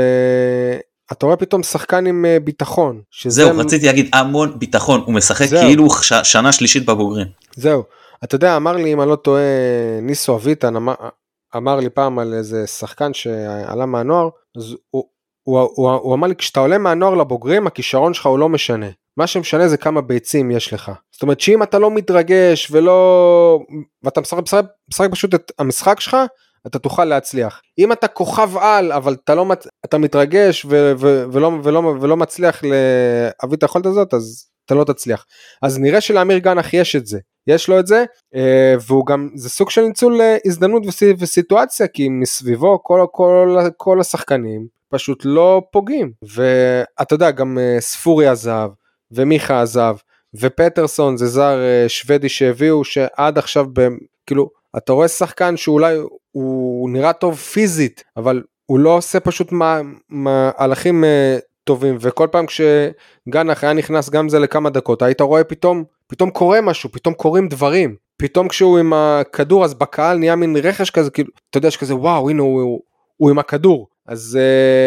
ואתה רואה פתאום שחקן עם ביטחון. זהו, רציתי להגיד, המון ביטחון, הוא משחק כאילו שנה שלישית בבוגרים. זהו, אתה יודע, אמר לי, אם אני לא טועה, ניסו אביטן, אמר לי פעם על איזה שחקן שעלה מהנוער, אז הוא אמר לי, כשאתה עולה מהנוער לבוגרים, הכישרון שלך הוא לא משנה. מה שמשנה זה כמה ביצים יש לך. זאת אומרת שאם אתה לא מתרגש ואתה משחק פשוט את המשחק שלך, אתה תוכל להצליח. אם אתה כוכב על, אבל אתה מתרגש ולא מצליח להביא את היכולת הזאת, אז אתה לא תצליח. אז נראה שלאמיר גנח יש לו את זה, והוא גם, זה סוג של ניצול הזדמנות וסיטואציה, כי מסביבו כל השחקנים פשוט לא פוגעים. ואתה יודע, גם ספורי עזב, ומיכה עזב, ופטרסון זה זר שוודי שהביאו, שעד עכשיו, כאילו, אתה רואה שחקן שאולי הוא נראה טוב פיזית, אבל הוא לא עושה פשוט מהלכים טובים, וכל פעם כשגנח היה נכנס גם זה לכמה דקות, היית רואה פתאום קורה משהו, פתאום קורים דברים, פתאום כשהוא עם הכדור, אז בקהל נהיה מין רכש כזה, כאילו, אתה יודע שכזה, וואו, הנה הוא עם הכדור, אז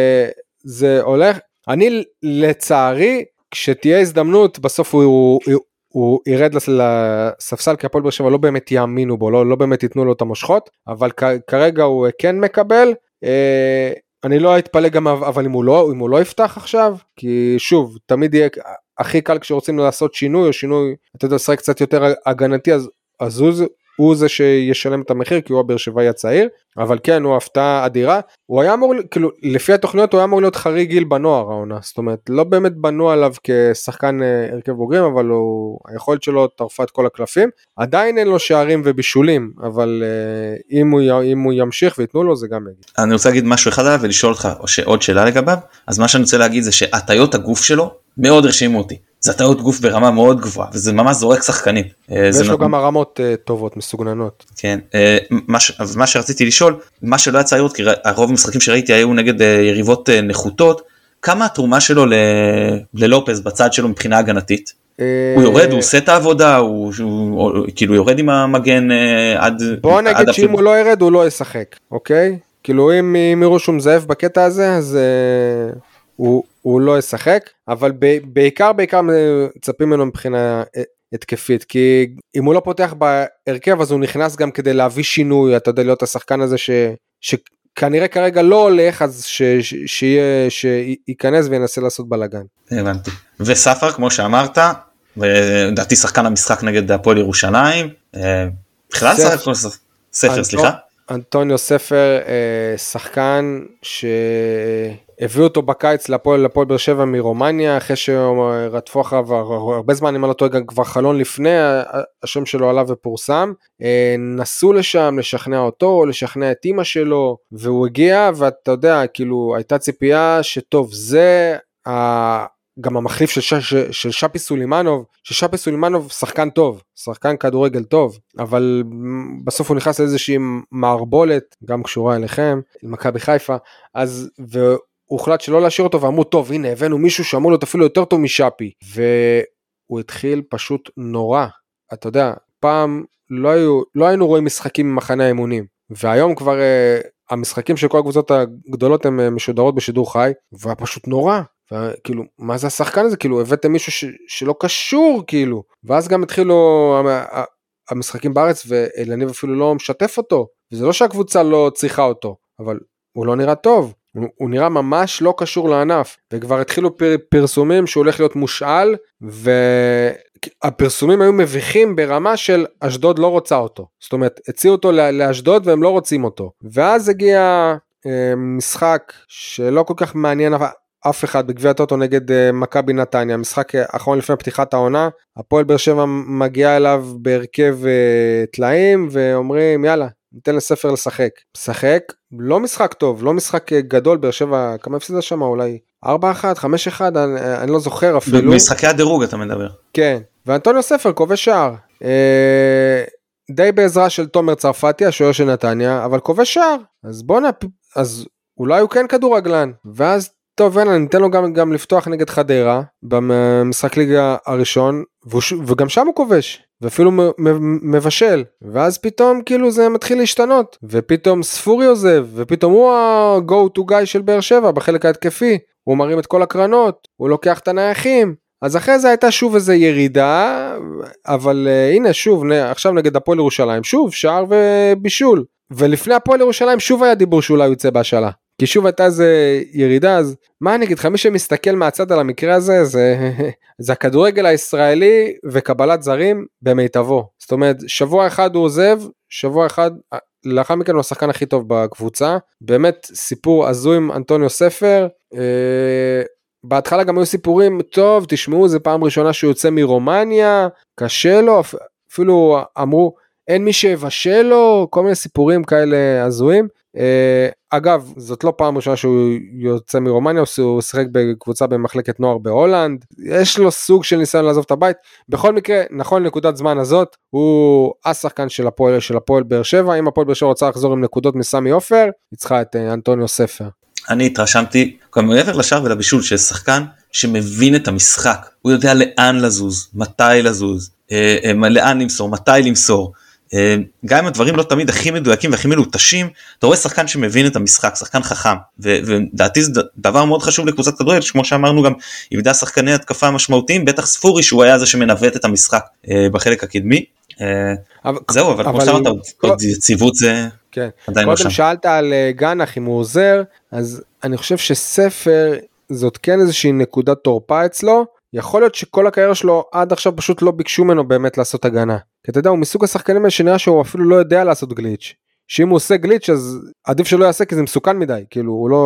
זה הולך, אני לצערי, כשתהיה הזדמנות, בסוף הוא ירד לספסל, כי הפועל באר שבע לא באמת יאמינו בו, לא באמת ייתנו לו את המושכות, אבל כרגע הוא כן מקבל, אני לא אתפלא גם, אבל אם הוא לא יפתח עכשיו, כי שוב, תמיד יהיה הכי קל כשרוצים לעשות שינוי, או שינוי, אתה יודע, לשחק קצת יותר הגנתי, אז הוא זה שישלם את המחיר, כי הוא הבאר שבעי הצעיר, אבל כן, הוא הפתעה אדירה, הוא היה אמור, כאילו, לפי התוכניות, הוא היה אמור להיות חריג גיל בנוער העונה, זאת אומרת, לא באמת בנו עליו כשחקן הרכב בוגרים, אבל היכולת שלו טרפה את כל הקלפים, עדיין אין לו שערים ובישולים, אבל אם הוא ימשיך ויתנו לו, זה גם יגיד. אני רוצה להגיד משהו אחד עליו, ולשאול אותך עוד שאלה לגביו, אז מה שאני רוצה להגיד זה שהטיות הגוף שלו מאוד הרשימו אותי. זה טעות גוף ברמה מאוד גבוהה, וזה ממש זורק שחקנים. ויש לו גם הרמות טובות, מסוגננות. כן, אז מה שרציתי לשאול, מה שלא יצא לראות, כי הרוב המשחקים שראיתי היו נגד יריבות נחותות, כמה התרומה שלו ללופז בצד שלו מבחינה הגנתית? הוא יורד, הוא עושה את העבודה, הוא כאילו יורד עם המגן עד... בוא נגיד שאם הוא לא ירד, הוא לא ישחק, אוקיי? כאילו אם יראו שהוא מזהב בקטע הזה, אז הוא לא ישחק, אבל בעיקר מצפים ממנו מבחינה התקפית, כי אם הוא לא פותח בהרכב, אז הוא נכנס גם כדי להביא שינוי, אתה יודע להיות השחקן הזה שכנראה כרגע לא הולך, אז שייכנס וינסה לעשות בלגן. הבנתי. וספר, כמו שאמרת, ודעתי שחקן המשחק נגד הפועל ירושלים, בכלל שחק ספר, סליחה? אנטוניו ספר, שחקן שהביאו אותו בקיץ לפועל באר שבע מרומניה, אחרי שרדפו אחריו הרבה זמן, אם אני לא טועה, כבר חלון לפני, השם שלו עליו ופורסם, נסו לשם לשכנע אותו, לשכנע את אמא שלו, והוא הגיע, ואתה יודע, כאילו, הייתה ציפייה שטוב, זה גם המחליף של שפי סולימנוב, ששפי סולימנוב שחקן טוב, שחקן כדורגל טוב, אבל בסוף הוא נכנס לאיזושהי מערבולת, גם קשורה אליכם, למכבי חיפה, אז והוא הוחלט שלא להשאיר אותו, ואמרו טוב, הנה הבאנו מישהו שאמור להיות אפילו יותר טוב משפי, והוא התחיל פשוט נורא, אתה יודע, פעם לא היינו רואים משחקים ממחנה האימונים, והיום כבר המשחקים של כל הקבוצות הגדולות הן משודרות בשידור חי, והיה פשוט נורא, כאילו, מה זה השחקן הזה? כאילו, הבאתם מישהו שלא קשור, כאילו, ואז גם התחילו המשחקים בארץ, ואלניב אפילו לא משתף אותו, וזה לא שהקבוצה לא צריכה אותו, אבל הוא לא נראה טוב, הוא נראה ממש לא קשור לענף, וכבר התחילו פרסומים שהוא הולך להיות מושאל, והפרסומים היו מביכים ברמה של אשדוד לא רוצה אותו, זאת אומרת, הציעו אותו לאשדוד והם לא רוצים אותו, ואז הגיע משחק שלא כל כך מעניין אף אחד בגביע הטוטו נגד מכבי נתניה, משחק האחרון לפני פתיחת העונה, הפועל באר שבע מגיע אליו בהרכב תלאים, ואומרים יאללה, ניתן לספר לשחק. משחק, לא משחק טוב, לא משחק גדול, באר שבע, כמה הפסידה שם? אולי 4-1, 5-1, אני לא זוכר אפילו. במשחקי הדירוג אתה מדבר. כן, ואנטוניו ספר כובש שער. די בעזרה של תומר צרפתי, השוער של נתניה, אבל כובש שער. אז בוא אז אולי הוא כן כדורגלן, ואז טוב, ניתן לו גם לפתוח נגד חדרה, במשחק ליגה הראשון, וגם שם הוא כובש, ואפילו מבשל, ואז פתאום כאילו זה מתחיל להשתנות, ופתאום ספורי עוזב, ופתאום הוא ה-go to guy של באר שבע, בחלק ההתקפי, הוא מרים את כל הקרנות, הוא לוקח את הנייחים, אז אחרי זה הייתה שוב איזו ירידה, אבל הנה שוב, עכשיו נגד הפועל ירושלים, שוב שער ובישול, ולפני הפועל ירושלים שוב היה דיבור שאולי יוצא בהשאלה. כי שוב הייתה איזה ירידה, אז מה אני אגיד לך, מי שמסתכל מהצד על המקרה הזה, זה הכדורגל הישראלי וקבלת זרים במיטבו. זאת אומרת, שבוע אחד הוא עוזב, שבוע אחד, לאחר מכן הוא השחקן הכי טוב בקבוצה, באמת סיפור הזוי עם אנטוניו ספר, בהתחלה גם היו סיפורים, טוב, תשמעו, זה פעם ראשונה שהוא יוצא מרומניה, קשה לו, אפילו אמרו, אין מי שיבשל לו, כל מיני סיפורים כאלה הזויים, אגב, זאת לא פעם ראשונה שהוא יוצא מרומניה, הוא שיחק בקבוצה במחלקת נוער בהולנד, יש לו סוג של ניסיון לעזוב את הבית, בכל מקרה, נכון לנקודת זמן הזאת, הוא השחקן של הפועל באר שבע, אם הפועל באר שבע רוצה לחזור עם נקודות מסמי עופר, היא צריכה את אנטוניו ספר. אני התרשמתי, גם מעבר לשער ולבישול, ששחקן שמבין את המשחק, הוא יודע לאן לזוז, מתי לזוז, לאן למסור, מתי למסור, גם אם הדברים לא תמיד הכי מדויקים והכי מלוטשים, אתה רואה שחקן שמבין את המשחק, שחקן חכם, ודעתי זה דבר מאוד חשוב לקבוצת כדורגל, שכמו שאמרנו גם, איבדה שחקני התקפה המשמעותיים, בטח ספורי שהוא היה זה שמנווט את המשחק בחלק הקדמי, זהו, אבל כמו שאמרת, עוד יציבות זה עדיין לא שם. קודם שאלת על גנח אם הוא עוזר, אז אני חושב שספר זאת כן איזושהי נקודת תורפה אצלו, יכול להיות שכל הקריירה שלו עד עכשיו פשוט לא ביקשו ממנו באמת לעשות הגנה. כי אתה יודע, הוא מסוג השחקנים שנראה שהוא אפילו לא יודע לעשות גליץ'. שאם הוא עושה גליץ' אז עדיף שלא יעשה כי זה מסוכן מדי. כאילו הוא לא,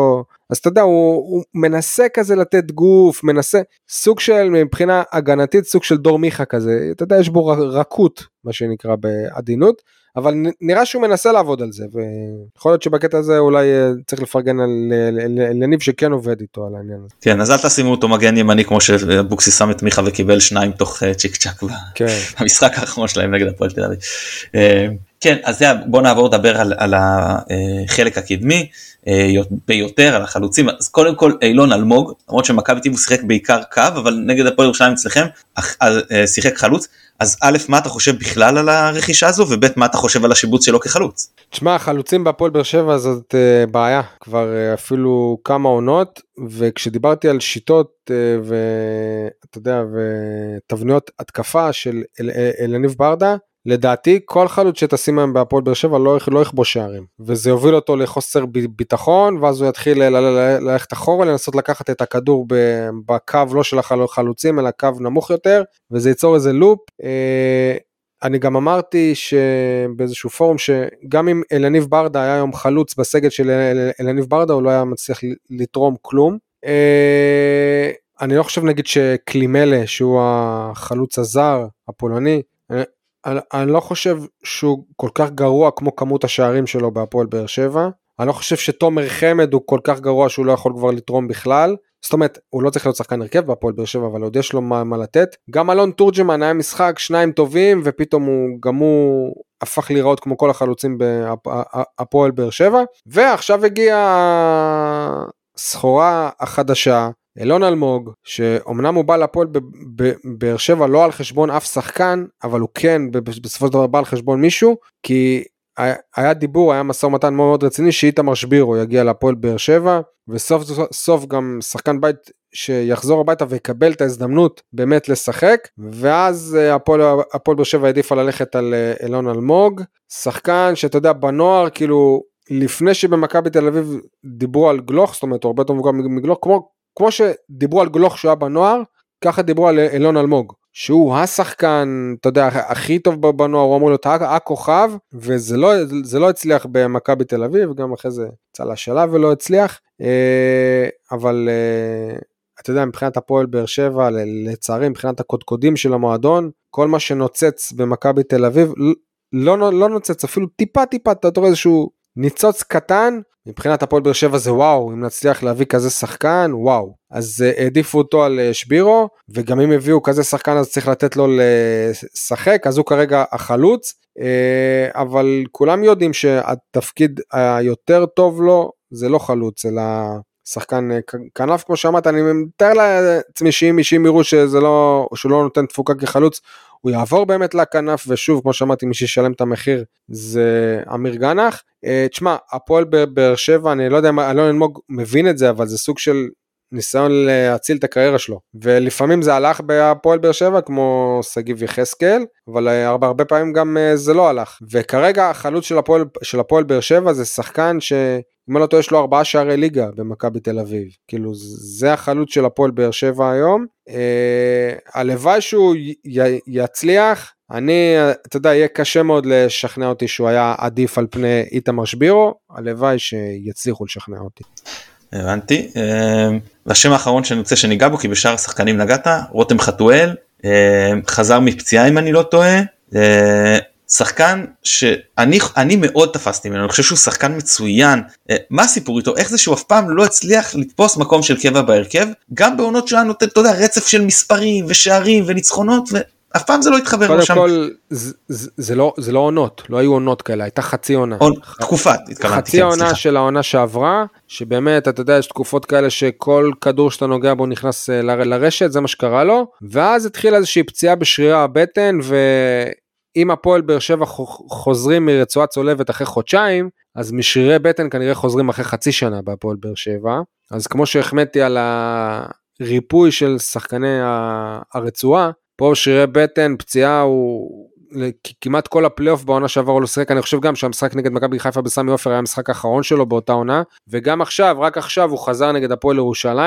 אז אתה יודע, הוא מנסה כזה לתת גוף, מנסה סוג של, מבחינה הגנתית, סוג של דור מיכה כזה, אתה יודע, יש בו רכות, מה שנקרא בעדינות, אבל נראה שהוא מנסה לעבוד על זה, ויכול להיות שבקטע הזה אולי צריך לפרגן על לניב שכן עובד איתו על העניין הזה. כן, אז אל תשימו אותו מגן ימני כמו שבוקסיס שם את מיכה וקיבל 2 תוך צ'יק צ'ק במשחק האחרון שלהם נגד הפועל תל אביב. כן, אז בוא נעבור לדבר על החלק הקדמי ביותר, על החלוצים. אז קודם כל אילון אלמוג, למרות שמכבי תל אביב שיחק בעיקר קו, אבל נגד הפועל ירושלים אצלכם שיחק חלוץ. אז א', מה אתה חושב בכלל על הרכישה הזו, וב', מה אתה חושב על השיבוץ שלו כחלוץ? תשמע, החלוצים בהפועל באר שבע זאת בעיה, כבר אפילו כמה עונות, וכשדיברתי על שיטות ואתה יודע, ותבניות התקפה של אלניב ברדה, לדעתי כל חלוץ שתשים היום בהפועל באר שבע לא יכבוש שערים, וזה יוביל אותו לחוסר ביטחון, ואז הוא יתחיל ללכת אחורה, לנסות לקחת את הכדור בקו לא של החלוצים, אלא קו נמוך יותר, וזה ייצור איזה לופ. אני גם אמרתי שבאיזשהו פורום, שגם אם אלניב ברדה היה היום חלוץ בסגל של אלניב ברדה, הוא לא היה מצליח לתרום כלום. אני לא חושב נגיד שקלימלה, שהוא החלוץ הזר הפולני, אני לא חושב שהוא כל כך גרוע כמו כמות השערים שלו בהפועל באר שבע, אני לא חושב שתומר חמד הוא כל כך גרוע שהוא לא יכול כבר לתרום בכלל, זאת אומרת, הוא לא צריך להיות שחקן הרכב בהפועל באר שבע, אבל עוד יש לו מה לתת, גם אלון תורג'מן היה משחק 2 טובים, ופתאום גם הוא הפך להיראות כמו כל החלוצים בהפועל באר שבע, ועכשיו הגיעה סחורה החדשה, אילון אלמוג, שאומנם הוא בא לפועל בבאר שבע לא על חשבון אף שחקן, אבל הוא כן בסופו של דבר בא על חשבון מישהו, כי היה דיבור, היה משא ומתן מאוד רציני, שאיתמר שבירו יגיע לפועל באר שבע, וסוף סוף גם שחקן בית שיחזור הביתה ויקבל את ההזדמנות באמת לשחק, ואז הפועל באר שבע העדיפה ללכת על אילון אלמוג, שחקן שאתה יודע בנוער, כאילו לפני שבמכבי תל אביב דיברו על גלוך, זאת אומרת הוא הרבה יותר מבוגר מגלוך, כמו שדיברו על גלוך שהוא היה בנוער, ככה דיברו על אילון אלמוג, שהוא השחקן, אתה יודע, הכי טוב בנוער, הוא אמור להיות הכוכב, וזה לא הצליח במכבי תל אביב, גם אחרי זה צא לשלב ולא הצליח, אבל אתה יודע, מבחינת הפועל באר שבע, לצערי, מבחינת הקודקודים של המועדון, כל מה שנוצץ במכבי תל אביב, לא נוצץ, אפילו טיפה, אתה רואה איזשהו ניצוץ קטן, מבחינת הפועל באר שבע זה וואו, אם נצליח להביא כזה שחקן, וואו. אז העדיפו אותו על שבירו, וגם אם הביאו כזה שחקן, אז צריך לתת לו לשחק, אז הוא כרגע החלוץ, אבל כולם יודעים שהתפקיד היותר טוב לו, זה לא חלוץ, אלא שחקן כנף, כמו שאמרת, אני מתאר לעצמי שאם יראו שהוא לא נותן תפוקה כחלוץ, הוא יעבור באמת לכנף, ושוב, כמו שאמרתי, מי שישלם את המחיר, זה אמיר גנח. תשמע, הפועל באר שבע, אני לא יודע אם אלון אלמוג מבין את זה, אבל זה סוג של ניסיון להציל את הקריירה שלו, ולפעמים זה הלך בהפועל באר שבע, כמו סגיב יחזקאל, אבל הרבה פעמים גם זה לא הלך, וכרגע החלוץ של הפועל באר שבע, זה שחקן אם לא טועה, יש לו 4 שערי ליגה במכבי תל אביב, כאילו זה החלוץ של הפועל באר שבע היום, הלוואי שהוא יצליח, אתה יודע, יהיה קשה מאוד לשכנע אותי שהוא היה עדיף על פני איתמר שבירו, הלוואי שיצליחו לשכנע אותי. הבנתי, והשם האחרון שאני רוצה שניגע בו, כי בשאר השחקנים נגעת, רותם חתואל, חזר מפציעה אם אני לא טועה, שחקן שאני מאוד תפסתי ממנו, אני חושב שהוא שחקן מצוין, מה הסיפור איתו, איך זה שהוא אף פעם לא הצליח לתפוס מקום של קבע בהרכב, גם בעונות שלנו, אתה יודע, רצף של מספרים ושערים וניצחונות, ואף פעם זה לא התחבר. קודם כל, זה לא עונות, לא היו עונות כאלה, הייתה חצי עונה. תקופת, חצי עונה של העונה שעברה, שבאמת, אתה יודע, יש תקופות כאלה שכל כדור שאתה נוגע בו נכנס לרשת, זה מה שקרה לו, ואז התחילה איזושהי פציעה בשרירי הבטן, אם הפועל באר שבע חוזרים מרצועה צולבת אחרי חודשיים, אז משרירי בטן כנראה חוזרים אחרי חצי שנה בהפועל באר שבע, אז כמו שהחמאתי על הריפוי של שחקני הרצועה, פה שרירי בטן, פציעה הוא כמעט כל הפלייאוף בעונה שעבר הוא לא שחק, אני חושב גם שהמשחק נגד מכבי חיפה בסמי עופר היה המשחק האחרון שלו באותה עונה, וגם עכשיו, רק עכשיו הוא חזר נגד הפועל ירושלים,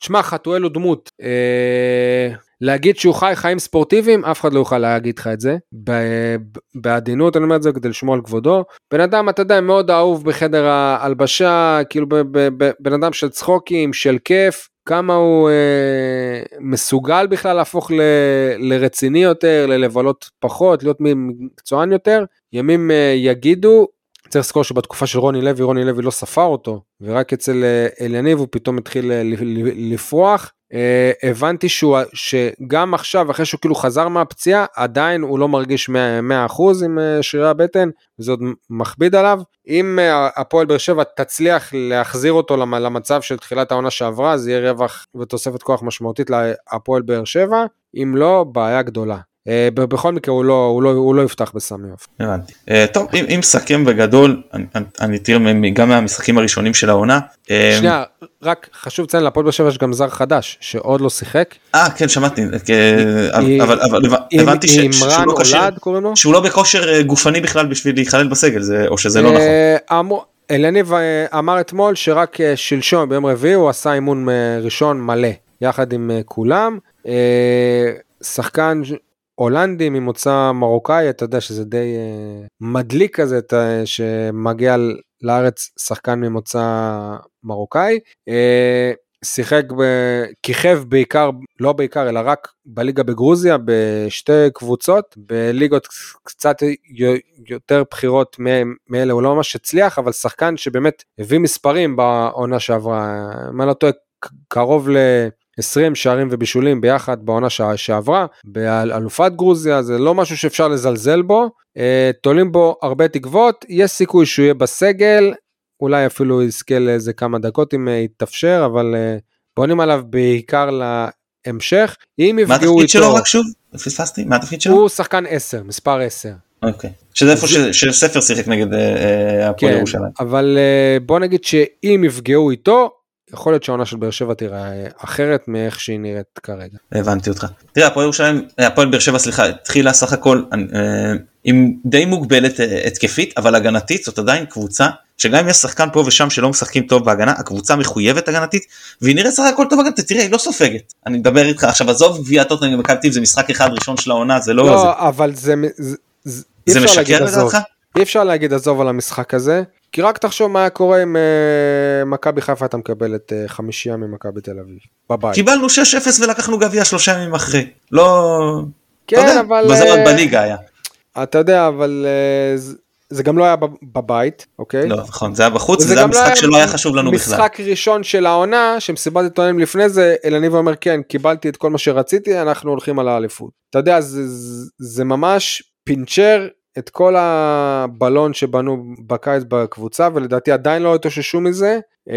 תשמע, חתואל הוא דמות, להגיד שהוא חי חיים ספורטיביים, אף אחד לא יוכל להגיד לך את זה, בעדינות אני אומר את זה כדי לשמוע על כבודו, בן אדם אתה יודע מאוד אהוב בחדר ההלבשה, כאילו בן אדם של צחוקים, של כיף, כמה הוא מסוגל בכלל להפוך לרציני יותר, ללבלות פחות, להיות מקצוען יותר, ימים יגידו, צריך לזכור שבתקופה של רוני לוי לא ספר אותו, ורק אצל אליניב הוא פתאום התחיל לפרוח, הבנתי שגם עכשיו, אחרי שהוא כאילו חזר מהפציעה, עדיין הוא לא מרגיש 100% עם שרירי הבטן, וזה עוד מכביד עליו. אם הפועל באר שבע תצליח להחזיר אותו למצב של תחילת העונה שעברה, זה יהיה רווח ותוספת כוח משמעותית להפועל באר שבע, אם לא, בעיה גדולה. בכל מקרה הוא לא יפתח בסמי עופר. הבנתי. טוב, אם מסכם בגדול, אני תראה גם מהמשחקים הראשונים של העונה. שנייה, רק חשוב לציין, להפועל באר שבע יש גם זר חדש, שעוד לא שיחק. כן, שמעתי, אבל הבנתי שהוא לא בכושר גופני בכלל בשביל להיכלל בסגל, או שזה לא נכון. אליניב אמר אתמול שרק שלשום ביום רביעי הוא עשה אימון ראשון מלא, יחד עם כולם, שחקן הולנדי ממוצא מרוקאי, אתה יודע שזה די מדליק כזה, שמגיע לארץ שחקן ממוצא מרוקאי, שיחק, כיכב בעיקר, לא בעיקר, אלא רק בליגה בגרוזיה, בשתי קבוצות, בליגות קצת יותר בחירות מאלה, הוא לא ממש הצליח, אבל שחקן שבאמת הביא מספרים בעונה שעברה, מה לא טועה, קרוב ל-20 שערים ובישולים ביחד בעונה שעברה, באלופת גרוזיה, זה לא משהו שאפשר לזלזל בו, תולים בו הרבה תקוות, יש סיכוי שהוא יהיה בסגל, אולי אפילו יזכה לאיזה כמה דקות אם יתאפשר, אבל בונים עליו בעיקר להמשך, אם יפגעו איתו... מה התפקיד שלו רק שוב? פספסתי? מה התפקיד שלו? הוא שחקן 10, מספר 10. אוקיי, שזה איפה שספר שיחק נגד הפועל ירושלים. אבל בוא נגיד שאם יפגעו איתו, יכול להיות שהעונה של באר שבע תראה אחרת מאיך שהיא נראית כרגע. הבנתי אותך. תראה, הפועל באר שבע, סליחה, התחילה סך הכל עם די מוגבלת התקפית, אבל הגנתית זאת עדיין קבוצה, שגם אם יש שחקן פה ושם שלא משחקים טוב בהגנה, הקבוצה מחויבת הגנתית, והיא נראית סך הכל טוב הגנתית, תראה, היא לא סופגת. אני מדבר איתך עכשיו, עזוב גביע טוטנהאם במכבי תל אביב, זה משחק אחד ראשון של העונה, זה לא... לא, אבל זה משקר לדעתך? אי אפשר להגיד עזוב על המשחק הזה, כי רק תחשוב מה קורה אם מכבי חיפה אתה מקבל את 5 ממכבי תל אביב, בבית. קיבלנו 6-0 ולקחנו גביע 3 ימים אחרי. לא... כן, אבל... וזה עוד בליגה היה. אתה יודע, אבל זה גם לא היה בבית, אוקיי? לא, נכון, זה היה בחוץ, וזה היה משחק שלא היה חשוב לנו בכלל. משחק ראשון של העונה, שמסיבת עיתונאים לפני זה, אלניב אומר, כן, קיבלתי את כל מה שרציתי, אנחנו הולכים על האליפות. אתה יודע, זה ממש פינצ'ר, את כל הבלון שבנו בקיץ בקבוצה, ולדעתי עדיין לא התאוששו מזה,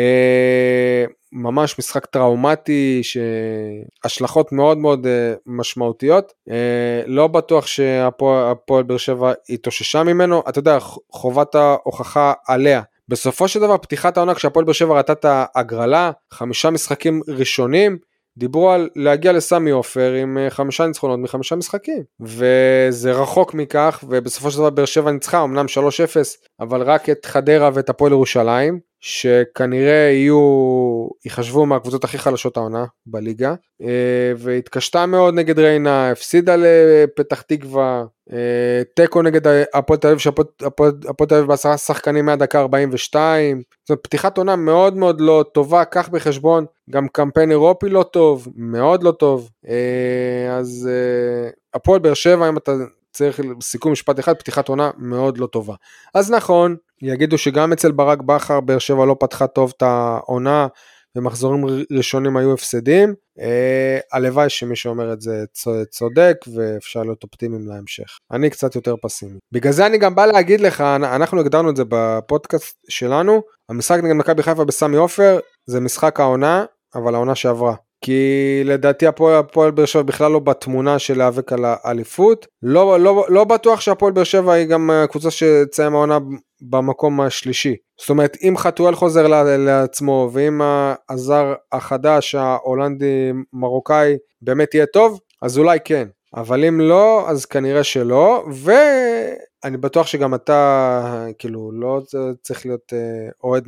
ממש משחק טראומטי, שהשלכות מאוד מאוד משמעותיות, לא בטוח שהפועל באר שבע התאוששה ממנו, אתה יודע, חובת ההוכחה עליה, בסופו של דבר פתיחת העונה, כשהפועל באר שבע ראתה את ההגרלה, 5 משחקים ראשונים, דיברו על להגיע לסמי עופר עם 5 ניצחונות מ5 משחקים, וזה רחוק מכך, ובסופו של דבר באר שבע ניצחה, אמנם 3-0, אבל רק את חדרה ואת הפועל ירושלים, שכנראה יחשבו מהקבוצות הכי חלשות העונה בליגה, והתקשתה מאוד נגד ריינה, הפסידה לפתח תקווה, טקו נגד הפועל תל אביב, שהפועל תל אביב ב10 שחקנים מהדקה 42, זאת פתיחת עונה מאוד מאוד לא טובה, כך בחשבון, גם קמפיין אירופי לא טוב, מאוד לא טוב, אז הפועל באר שבע, אם אתה צריך סיכום משפט אחד, פתיחת עונה מאוד לא טובה. אז נכון, יגידו שגם אצל ברק בכר, באר שבע לא פתחה טוב את העונה, ומחזורים ראשונים היו הפסדים, הלוואי שמי שאומר את זה צודק, ואפשר להיות אופטימיים להמשך. אני קצת יותר פסימי. בגלל זה אני גם בא להגיד לך, אנחנו הגדרנו את זה בפודקאסט שלנו, המשחק נגד מכבי חיפה בסמי עופר, זה משחק העונה, אבל העונה שעברה. כי לדעתי הפועל באר שבע בכלל לא בתמונה של להיאבק על האליפות, לא בטוח שהפועל באר שבע היא גם קבוצה שתסיים העונה במקום השלישי, זאת אומרת אם חתואל חוזר לעצמו, ואם הזר החדש ההולנדי מרוקאי באמת יהיה טוב, אז אולי כן, אבל אם לא, אז כנראה שלא, ואני בטוח שגם אתה כאילו לא צריך להיות אוהד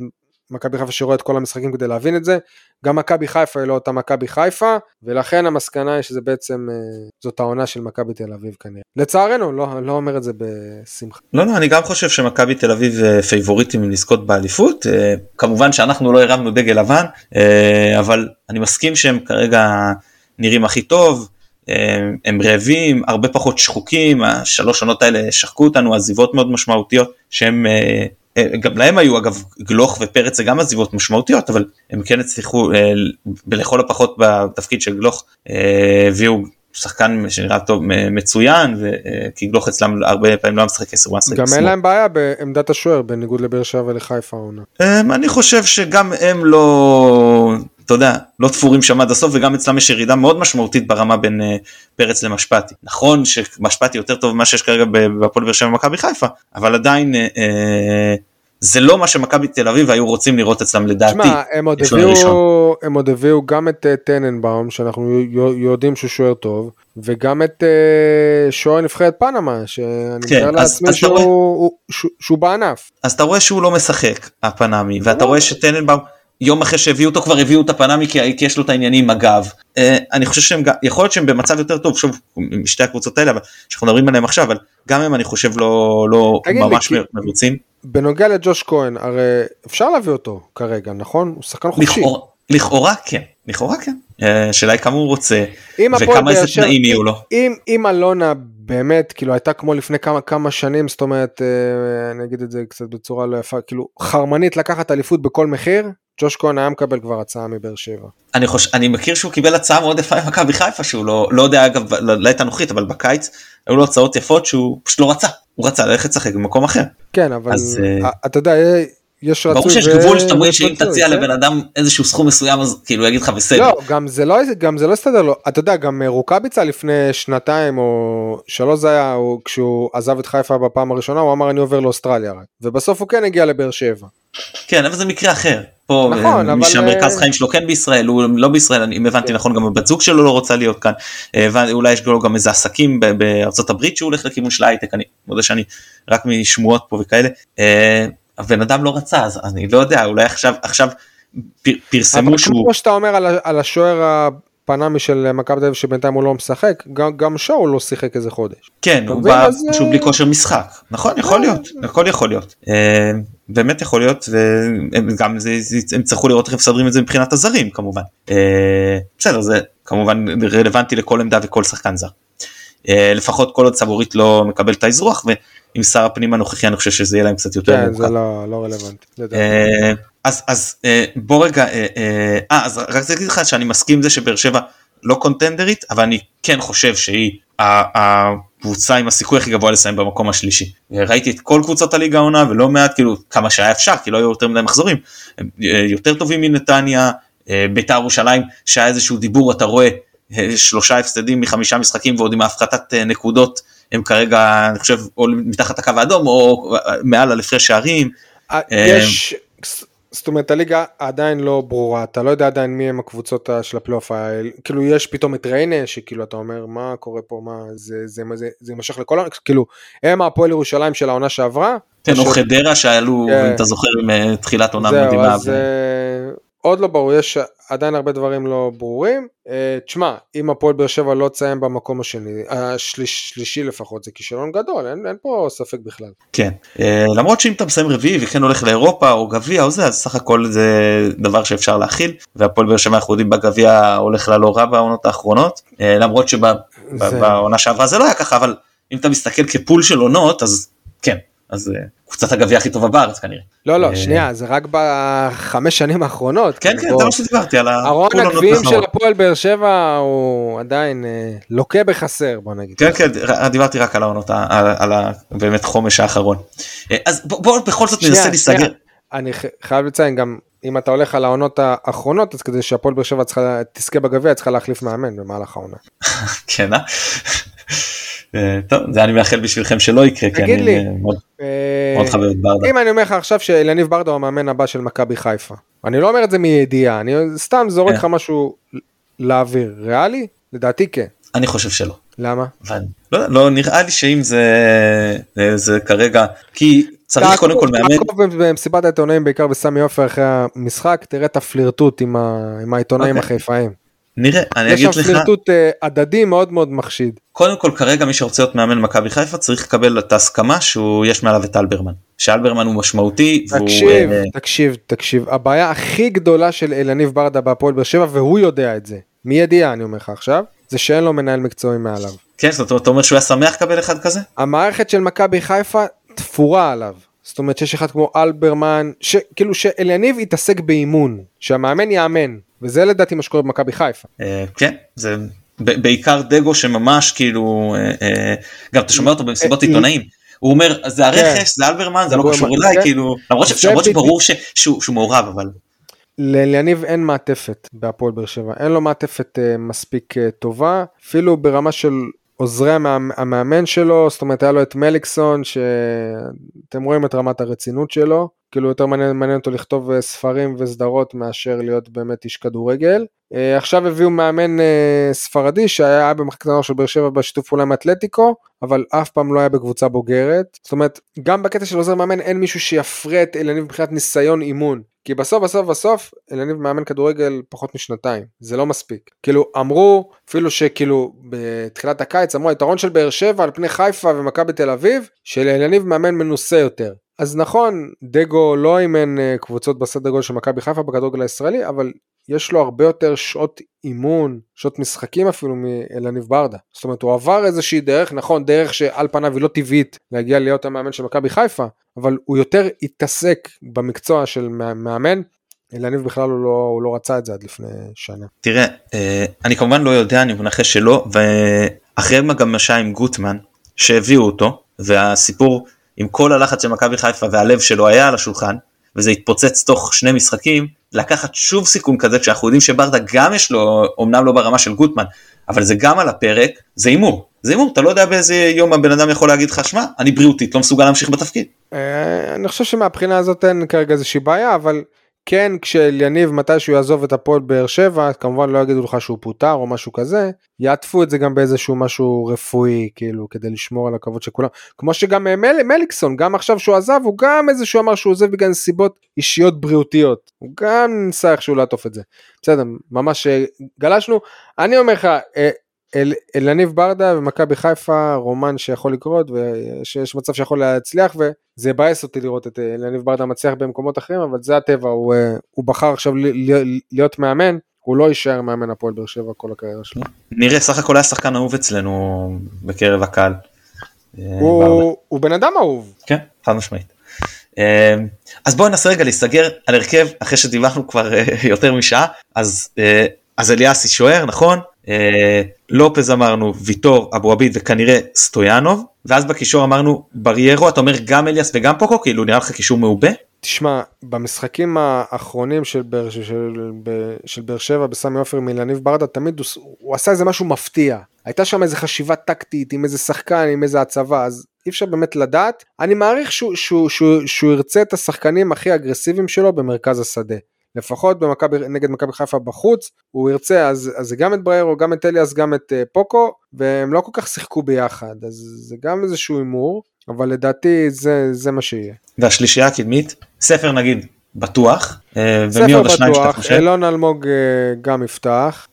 מכבי חיפה שרואה את כל המשחקים כדי להבין את זה, גם מכבי חיפה היא לא אותה מכבי חיפה, ולכן המסקנה היא שזה בעצם, זאת העונה של מכבי תל אביב כנראה. לצערנו, לא אומר את זה בשמחה. לא, אני גם חושב שמכבי תל אביב פייבוריטים לזכות באליפות, כמובן שאנחנו לא הרמנו דגל לבן, אבל אני מסכים שהם כרגע נראים הכי טוב, הם רעבים, הרבה פחות שחוקים, השלוש עונות האלה שחקו אותנו, עזיבות מאוד משמעותיות, שהם, גם להם היו אגב, גלוך ופרץ זה גם עזיבות משמעותיות, אבל הם כן הצליחו, לכל הפחות בתפקיד של גלוך, הביאו שחקן שנראה טוב מצוין, כי גלוך אצלם הרבה פעמים לא משחק 10, גם אין להם בעיה בעמדת השוער, בניגוד לבאר שבע ולחיפה העונה. אני חושב שגם הם לא, אתה יודע, לא תפורים שם עד הסוף, וגם אצלם יש ירידה מאוד משמעותית ברמה בין פרץ למשפטי. נכון שמשפטי יותר טוב ממה שיש כרגע בהפועל באר שבע ומכבי חיפה, אבל עדיין זה לא מה שמכבי תל אביב היו רוצים לראות אצלם לדעתי. תשמע, הם עוד הביאו גם את טננבאום, שאנחנו יודעים שהוא שוער טוב, וגם את שוער נבחרת פנמה, שאני מתאר לעצמי שהוא בענף. אז אתה רואה שהוא לא משחק, הפנמי, ואתה רואה שטננבאום, יום אחרי שהביאו אותו, כבר הביאו את הפנמי, כי יש לו את העניינים אגב. אני חושב שהם, יכול להיות שהם במצב יותר טוב, שוב, משתי הקבוצות האלה, אבל שאנחנו מדברים עליהם עכשיו, אבל גם הם, אני חושב, לא ממש מרוצים. בנוגע לג'וש כהן, הרי אפשר להביא אותו כרגע, נכון? הוא שחקן חופשי. לכאורה כן. שאלה היא כמה הוא רוצה, וכמה איזה תנאים יהיו לו. אם אלונה באמת, כאילו הייתה כמו לפני כמה שנים, זאת אומרת, אני אגיד את זה קצת בצורה לא יפה, כאילו חרמנית לקחת אליפות בכל מחיר, ג'וש כהן היה מקבל כבר הצעה מבאר שבע. אני מכיר שהוא קיבל הצעה מאוד יפה ממכבי חיפה, שהוא לא יודע אגב, לא הייתה נוחית, אבל בקיץ היו לו הצעות יפות שהוא פשוט לא רצה, הוא רצה ללכת לשחק במקום אחר. כן, אבל אתה יודע, יש רצוי. ברור שיש גבול שאתה רואה שאם תציע לבן אדם איזשהו סכום מסוים, אז כאילו יגיד לך בסדר. לא, גם זה לא הסתדר לו, אתה יודע, גם רוקאביצה לפני 2 או 3 זה היה, כשהוא עזב את חיפה בפעם הראשונה, הוא אמר אני עובר לאוסטרליה, ובסוף הוא כן הגיע לבאר שבע. כן, אבל זה מקרה אחר. פה מי שהמרכז חיים שלו כן בישראל, הוא לא בישראל, אם הבנתי נכון, גם הבת זוג שלו לא רוצה להיות כאן, ואולי יש לו גם איזה עסקים בארצות הברית שהוא הולך לכיוון של הייטק, אני מודה שאני רק משמועות פה וכאלה, הבן אדם לא רצה, אז אני לא יודע, אולי עכשיו פרסמו שהוא... אבל כמו שאתה אומר על השוער הפנמי של מכבי תל אביב שבינתיים הוא לא משחק, גם שואו לא שיחק איזה חודש. כן, הוא בא פשוט בלי כושר משחק, נכון, יכול להיות, הכל יכול להיות. באמת יכול להיות, וגם הם צריכו לראות איך הם מסדרים את זה מבחינת הזרים כמובן. בסדר, זה כמובן רלוונטי לכל עמדה וכל שחקן זר. לפחות כל עוד סבורית לא מקבל את האזרוח, ועם שר הפנים הנוכחי אני חושב שזה יהיה להם קצת יותר מורכב. כן, זה לא רלוונטי. אז בוא רגע, אז רק זה להגיד לך שאני מסכים זה שבאר שבע לא קונטנדרית, אבל אני כן חושב שהיא הקבוצה עם הסיכוי הכי גבוה לסיים במקום השלישי. ראיתי את כל קבוצות הליגה העונה, ולא מעט, כאילו, כמה שהיה אפשר, כי לא היו יותר מדי מחזורים, יותר טובים מנתניה, בית"ר ירושלים, שהיה איזשהו דיבור, אתה רואה 3 הפסדים מ5 משחקים, ועוד עם ההפחתת נקודות, הם כרגע, אני חושב, או מתחת הקו האדום, או מעל על הפרש שערים. יש... זאת אומרת, הליגה עדיין לא ברורה, אתה לא יודע עדיין מי הם הקבוצות של הפלייאוף, כאילו יש פתאום את ריינה, שכאילו אתה אומר, מה קורה פה, מה, זה ימשך לכל, כאילו, הם הפועל ירושלים של העונה שעברה. כן, או חדרה שעלו, אם אתה זוכר, עם תחילת עונה מדהימה. אז עוד לא ברור, יש עדיין הרבה דברים לא ברורים. תשמע, אם הפועל באר שבע לא תסיים במקום השלישי לפחות, זה כישלון גדול, אין פה ספק בכלל. כן, למרות שאם אתה מסיים רביעי וכן הולך לאירופה או גביע או זה, אז סך הכל זה דבר שאפשר להכיל, והפועל באר שבע אנחנו יודעים בגביע הולך לה לא רע בעונות האחרונות, למרות שבעונה שעברה זה לא היה ככה, אבל אם אתה מסתכל כפול של עונות, אז כן. אז קבוצת הגביע הכי טובה בארץ כנראה. לא, שנייה, זה רק ב5 שנים האחרונות. כן, זה מה שדיברתי על ארון הגביעים של הפועל באר שבע הוא עדיין לוקה בחסר, בוא נגיד. כן, דיברתי רק על העונות, על באמת חומש האחרון. אז בואו בכל זאת ננסה להיסגר. אני חייב לציין גם, אם אתה הולך על העונות האחרונות, אז כדי שהפועל באר שבע תזכה בגביע, צריכה להחליף מאמן במהלך העונה. כן, טוב, זה אני מאחל בשבילכם שלא יקרה, כי אני מאוד חבר את ברדה. אם אני אומר לך עכשיו שאלניב ברדה הוא המאמן הבא של מכבי חיפה, אני לא אומר את זה מידיעה, אני סתם זורק לך משהו לאוויר, ריאלי? לדעתי כן. אני חושב שלא. למה? לא, נראה לי שאם זה כרגע, כי צריך קודם כל מאמן. תעקוב במסיבת העיתונאים, בעיקר בסמי עופר אחרי המשחק, תראה את הפלירטוט עם העיתונאים החיפאים. נראה, אני אגיד לך. יש שם פלירטוט הדדי מאוד מאוד מחשיד. קודם כל, כרגע מי שרוצה להיות מאמן מכבי חיפה, צריך לקבל את ההסכמה שיש מעליו את אלברמן. שאלברמן הוא משמעותי. תקשיב, הבעיה הכי גדולה של אלניב ברדה בהפועל באר שבע, והוא יודע את זה, מידיעה אני אומר לך עכשיו, זה שאין לו מנהל מקצועי מעליו. כן, זאת אומרת, אתה אומר שהוא היה שמח לקבל אחד כזה? המערכת של מכבי חיפה תפורה עליו. זאת אומרת שיש אחד כמו אלברמן, כאילו שאליניב יתעסק באימון, שהמאמן יאמן, וזה לדעתי מה שקורה במכבי חיפה. כן, זה בעיקר דגו שממש כאילו, גם אתה שומע אותו במסיבות עיתונאים, הוא אומר, זה הרכש, זה אלברמן, זה לא קשור אליי, כאילו, למרות שברור שהוא מעורב, אבל... לאליניב אין מעטפת בהפועל באר שבע, אין לו מעטפת מספיק טובה, אפילו ברמה של עוזרי המאמן שלו, זאת אומרת היה לו את מליקסון, שאתם רואים את רמת הרצינות שלו, כאילו יותר מעניין אותו לכתוב ספרים וסדרות מאשר להיות באמת איש כדורגל. עכשיו הביאו מאמן ספרדי שהיה במחלקת הנוער של באר שבע בשיתוף פעולה עם אתלטיקו, אבל אף פעם לא היה בקבוצה בוגרת. זאת אומרת, גם בקטע של עוזר מאמן אין מישהו שיפרה את אליניב מבחינת ניסיון אימון, כי בסוף אליניב מאמן כדורגל פחות משנתיים, זה לא מספיק. כאילו אמרו, אפילו שכאילו בתחילת הקיץ אמרו, היתרון של באר שבע על פני חיפה ומכבי תל אביב, שאליניב מאמן מנוסה יותר. אז נכון, דגו לא אימן קבוצות בסדר גודל של מכבי חיפה בכדורגל הישראלי, אבל יש לו הרבה יותר שעות אימון, שעות משחקים אפילו מאליניב ברדה. זאת אומרת, הוא עבר איזושהי דרך, נכון, דרך שעל פניו היא לא טבעית להגיע להיות המאמן של מכבי חיפה, אבל הוא יותר התעסק במקצוע של מאמן, אליניב בכלל הוא לא רצה את זה עד לפני שנה. תראה, אני כמובן לא יודע, אני מנחש שלא, ואחרי מגמשה עם גוטמן, שהביאו אותו, והסיפור עם כל הלחץ של מכבי חיפה והלב שלו היה על השולחן, וזה התפוצץ תוך 2 משחקים, לקחת שוב סיכון כזה, כשאנחנו יודעים שברדה גם יש לו, אמנם לא ברמה של גוטמן, אבל זה גם על הפרק, זה אימור, אתה לא יודע באיזה יום הבן אדם יכול להגיד לך, שמע, אני בריאותית, לא מסוגל להמשיך בתפקיד. אני חושב שמהבחינה הזאת אין כרגע איזושהי בעיה, אבל כן, כשאליניב מתי שהוא יעזוב את הפועל באר שבע, כמובן לא יגידו לך שהוא פוטר או משהו כזה, יעטפו את זה גם באיזשהו משהו רפואי, כאילו, כדי לשמור על הכבוד של כולם. כמו שגם מליקסון, גם עכשיו שהוא עזב, הוא גם איזשהו אמר שהוא עוזב בגלל סיבות אישיות בריאותיות. הוא גם ניסה איכשהו לעטוף את זה. בסדר, ממש גלשנו. אני אומר לך, אליניב ברדה ומכבי חיפה, רומן שיכול לקרות, ויש מצב שיכול להצליח, וזה בייס אותי לראות את אליניב ברדה מצליח במקומות אחרים, אבל זה הטבע, הוא בחר עכשיו להיות מאמן, הוא לא יישאר מאמן הפועל באר שבע כל הקריירה שלו. נראה, סך הכל היה שחקן אהוב אצלנו בקרב הקהל. הוא בן אדם אהוב. כן, חד משמעית. אז בואו ננסה רגע להסתגר על הרכב, אחרי שדיווחנו כבר יותר משעה, אז אליאסי שוער, נכון? לופז אמרנו, ויטור, אבו עביד וכנראה סטויאנוב, ואז בקישור אמרנו בריירו, אתה אומר גם אליאס וגם פוקו, כאילו נראה לך קישור מעובה? תשמע, במשחקים האחרונים של באר שבע בסמי עופר מלניב ברדה, תמיד הוא עשה איזה משהו מפתיע, הייתה שם איזה חשיבה טקטית, עם איזה שחקן, עם איזה הצבה, אז אי אפשר באמת לדעת, אני מעריך שהוא ירצה את השחקנים הכי אגרסיביים שלו במרכז השדה, לפחות נגד מכבי חיפה בחוץ, הוא ירצה, אז זה גם את בריירו, גם את אליאס, גם את פוקו, והם לא כל כך שיחקו ביחד, אז זה גם איזשהו אימור, אבל לדעתי זה מה שיהיה. והשלישייה הקדמית, ספר נגיד בטוח, ומי עוד השניים שאתה חושב? אלון אלמוג גם יפתח,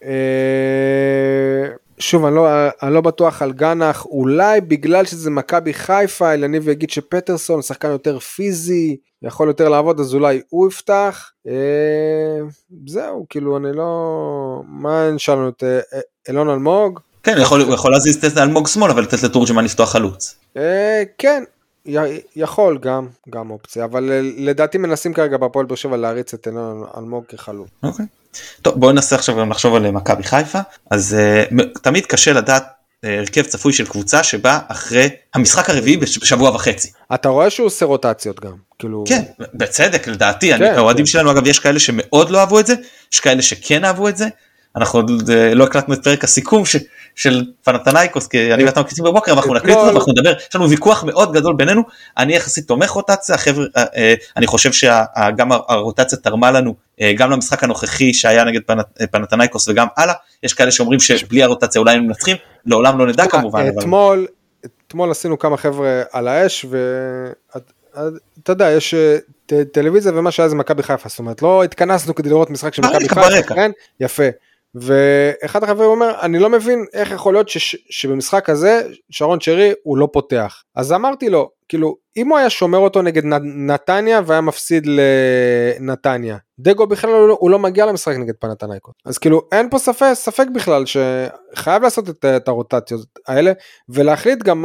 שוב אני לא בטוח על גנח, אולי בגלל שזה מכבי חיפה, אליניב יגיד שפטרסון שחקן יותר פיזי, יכול יותר לעבוד, אז אולי הוא יפתח, זהו, כאילו אני לא, מה נשאר לנו את אלון אלמוג? כן, הוא יכול להזיז את אלמוג שמאל, אבל לתת לתורג'מן לפתוח חלוץ. כן, יכול גם אופציה, אבל לדעתי מנסים כרגע בהפועל באר שבע להריץ את אלון אלמוג כחלוץ. אוקיי. טוב, בואו ננסה עכשיו גם לחשוב על מכבי חיפה, אז תמיד קשה לדעת הרכב צפוי של קבוצה שבא אחרי המשחק הרביעי בשבוע וחצי. אתה רואה שהוא עושה רוטציות גם, כאילו... כן, בצדק, לדעתי, האוהדים שלנו אגב יש כאלה שמאוד לא אהבו את זה, יש כאלה שכן אהבו את זה, אנחנו לא הקלטנו את פרק הסיכום של פנתנייקוס, כי אני ואתה מקליטים בבוקר, ואנחנו נקליט אותו, ואנחנו נדבר, יש לנו ויכוח מאוד גדול בינינו, אני יחסית תומך רוטציה, אני חושב שגם הרוטציה תרמה לנו, גם למשחק הנוכחי שהיה נגד פנתנייקוס וגם הלאה, יש כאלה שאומרים שבלי הרוטציה אולי הם מנצחים, לעולם לא נדע כמובן. אתמול עשינו כמה חבר'ה על האש, אתה יודע, יש טלוויזיה ומה שהיה זה מכבי חיפה, זאת אומרת, לא התכנסנו כדי לראות משחק של מכבי חיפה, כן? יפה. ואחד החברים אומר, אני לא מבין איך יכול להיות שבמשחק הזה, שרון שרי הוא לא פותח. אז אמרתי לו, כאילו, אם הוא היה שומר אותו נגד נתניה, והיה מפסיד לנתניה, דגו בכלל הוא לא מגיע למשחק נגד פנתנייקוס. אז כאילו, אין פה ספק בכלל, שחייב לעשות את הרוטציות האלה, ולהחליט גם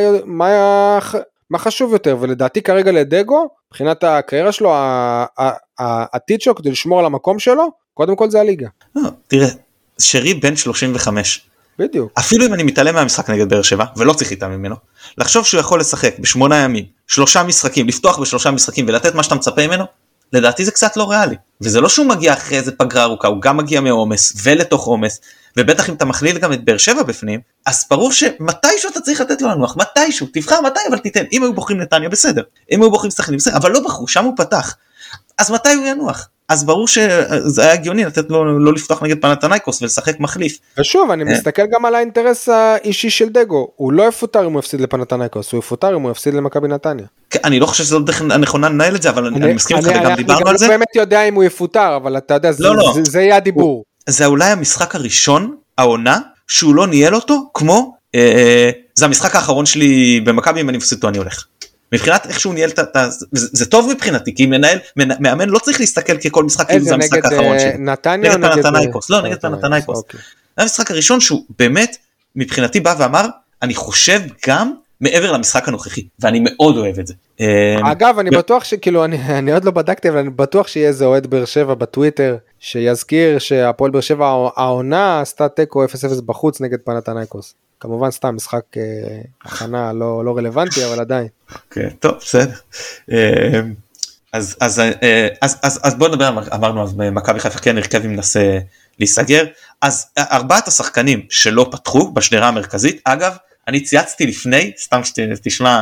מה חשוב יותר, ולדעתי כרגע לדגו, מבחינת הקריירה שלו, העתיד שלו, כדי לשמור על המקום שלו, קודם כל זה הליגה. תראה, שרי בן 35. בדיוק. אפילו אם אני מתעלם מהמשחק נגד באר שבע, ולא צריך איתה ממנו, לחשוב שהוא יכול לשחק ב8 ימים, 3 משחקים, לפתוח ב3 משחקים, ולתת מה שאתה מצפה ממנו, לדעתי זה קצת לא ריאלי. וזה לא שהוא מגיע אחרי איזה פגרה ארוכה, הוא גם מגיע מעומס, ולתוך עומס, ובטח אם אתה מכליל גם את באר שבע בפנים, אז ברור שמתישהו אתה צריך לתת לו לנוח, מתישהו, תבחר מתי, אבל תיתן. אם היו בוחרים נתניה בסדר, אם היו בוחרים סכנין בסדר, אבל לא בחרו, שם הוא פתח. אז מתי הוא ינוח? אז ברור שזה היה הגיוני לתת לו לא לפתוח נגד פנתנייקוס ולשחק מחליף. ושוב, אני מסתכל גם על האינטרס האישי של דגו, הוא לא יפוטר אם הוא יפסיד לפנתנייקוס, הוא יפוטר אם הוא יפסיד למכבי נתניה. אני לא חושב שזו דרך הנכונה לנהל את זה, אבל אני מסכים איתך וגם דיברנו על זה. אני באמת יודע אם הוא יפוטר, אבל אתה יודע, זה יהיה הדיבור. זה אולי המשחק הראשון, העונה, שהוא לא ניהל אותו, כמו, זה המשחק האחרון שלי במכבי, אם אני מפסיד אותו אני הולך. מבחינת איך שהוא ניהל, זה טוב מבחינתי, כי מאמן לא צריך להסתכל ככל משחק, כאילו זה המשחק האחרון שלי. נתניה או נגד פנתנייקוס? לא, נגד פנתנייקוס. זה המשחק הראשון שהוא באמת, מבחינתי בא ואמר, אני חושב גם מעבר למשחק הנוכחי, ואני מאוד אוהב את זה. אגב, אני בטוח שכאילו, אני עוד לא בדקתי, אבל אני בטוח שיהיה איזה אוהד באר שבע בטוויטר, שיזכיר שהפועל באר שבע העונה עשתה תיקו 0-0 בחוץ נגד פנתנייקוס. כמובן סתם משחק הכנה לא רלוונטי, אבל עדיין. אוקיי, טוב, בסדר. אז בוא נדבר, אמרנו, אז מכבי חיפה כן הרכב אם ננסה להיסגר. אז 4 השחקנים שלא פתחו בשדרה המרכזית, אגב, אני צייצתי לפני, סתם שתשמע,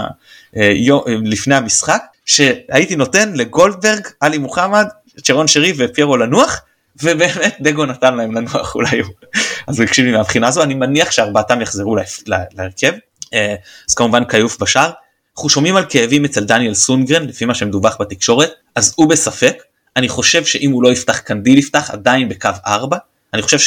לפני המשחק, שהייתי נותן לגולדברג, אלי מוחמד, שרון שרי ופיירו לנוח, ובאמת דגו נתן להם לנוח אולי הוא. אז הוא הקשיב לי מהבחינה הזו, אני מניח שארבעתם יחזרו להרכב, אז כמובן קיוף בשער, אנחנו שומעים על כאבים אצל דניאל סונגרן, לפי מה שמדווח בתקשורת, אז הוא בספק, אני חושב שאם הוא לא יפתח קנדיל יפתח עדיין בקו 4, אני חושב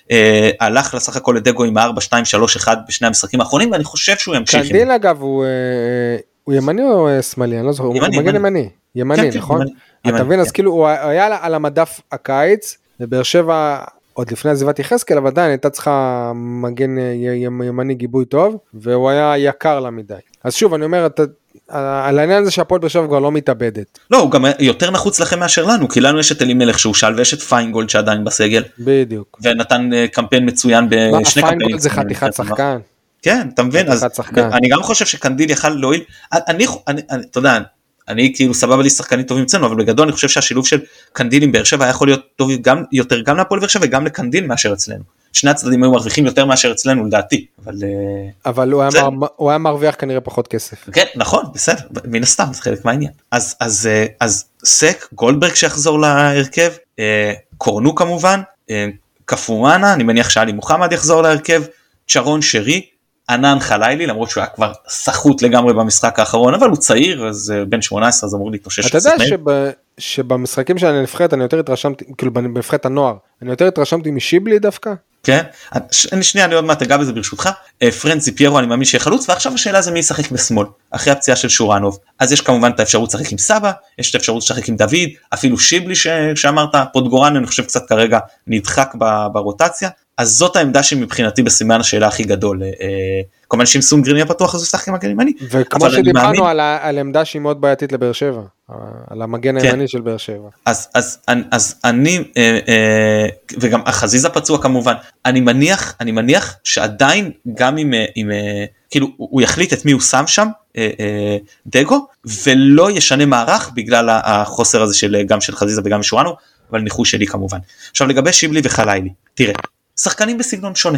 שהלך לסך הכל לדגו עם 4, 2, 3, 1 בשני המשחקים האחרונים, ואני חושב שהוא ימשיך. קנדיל אגב הוא ימני או שמאלי, אני לא זוכר, הוא מגן ימני, נכון? אתה מבין, אז כאילו הוא היה על המדף הקיץ, ובאר שבע עוד לפני עזיבת יחזקאל, אבל עדיין הייתה צריכה מגן ימני גיבוי טוב, והוא היה יקר לה מדי. אז שוב, אני אומר, על העניין הזה שהפועל באר שבע כבר לא מתאבדת. לא, הוא גם יותר נחוץ לכם מאשר לנו, כי לנו יש את אלימלך שהוא שאל, ויש את פיינגולד שעדיין בסגל. בדיוק. ונתן קמפיין מצוין בשני קמפיינים. פיינגולד זה חתיכת שחקן. כן, אתה מבין? אז אני גם חושב שקנדיל יכל להועיל, אתה יודע, אני כאילו סבבה לי שחקנים טובים אצלנו, אבל בגדול אני חושב שהשילוב של קנדיל עם באר שבע היה יכול להיות טוב יותר גם להפועל באר שבע וגם לקנדיל מאשר אצלנו. שני הצדדים היו מרוויחים יותר מאשר אצלנו לדעתי, אבל הוא היה מרוויח כנראה פחות כסף. כן, נכון, בסדר, מן הסתם, זה חלק מהעניין. אז סק, גולדברג שיחזור להרכב, קורנו כמובן, קפואנה, אני מניח שאלי מוחמד יחזור להרכב, צ'רון שרי, ענן חלילי, למרות שהוא היה כבר סחוט לגמרי במשחק האחרון, אבל הוא צעיר, אז בן 18, אז אמור להתאושש. אתה יודע שבמשחקים של הנבחרת, אני יותר התרשמתי, כאילו בנבחרת הנוער, אני יותר התרשמתי משיבלי דווקא. כן, אני עוד מעט אגע בזה ברשותך, פרנזי פיירו אני מאמין שיהיה חלוץ, ועכשיו השאלה זה מי ישחק בשמאל, אחרי הפציעה של שורנוב, אז יש כמובן את האפשרות לשחק עם סבא, יש את האפשרות לשחק עם דוד, אפילו שיבלי שאמרת, פוטגורן אני חושב קצת כרגע נדחק ברוטציה, אז זאת העמדה שמבחינתי בסימן השאלה הכי גדול, כמובן שאם סונגרן יהיה פתוח אז הוא ישחק עם מגן ימני. וכמו שדיברנו על עמדה שהיא מאוד בעייתית לבאר שבע, על המגן הימני של באר שבע. אז אני, וגם החזיזה פצוע כמובן, אני מניח שעדיין גם אם כאילו הוא יחליט את מי הוא שם שם, דגו, ולא ישנה מערך בגלל החוסר הזה גם של חזיזה וגם משורנו, אבל ניחוש שלי כמובן. עכשיו לגבי שיבלי וחלילי, תראה, שחקנים בסגנון שונה,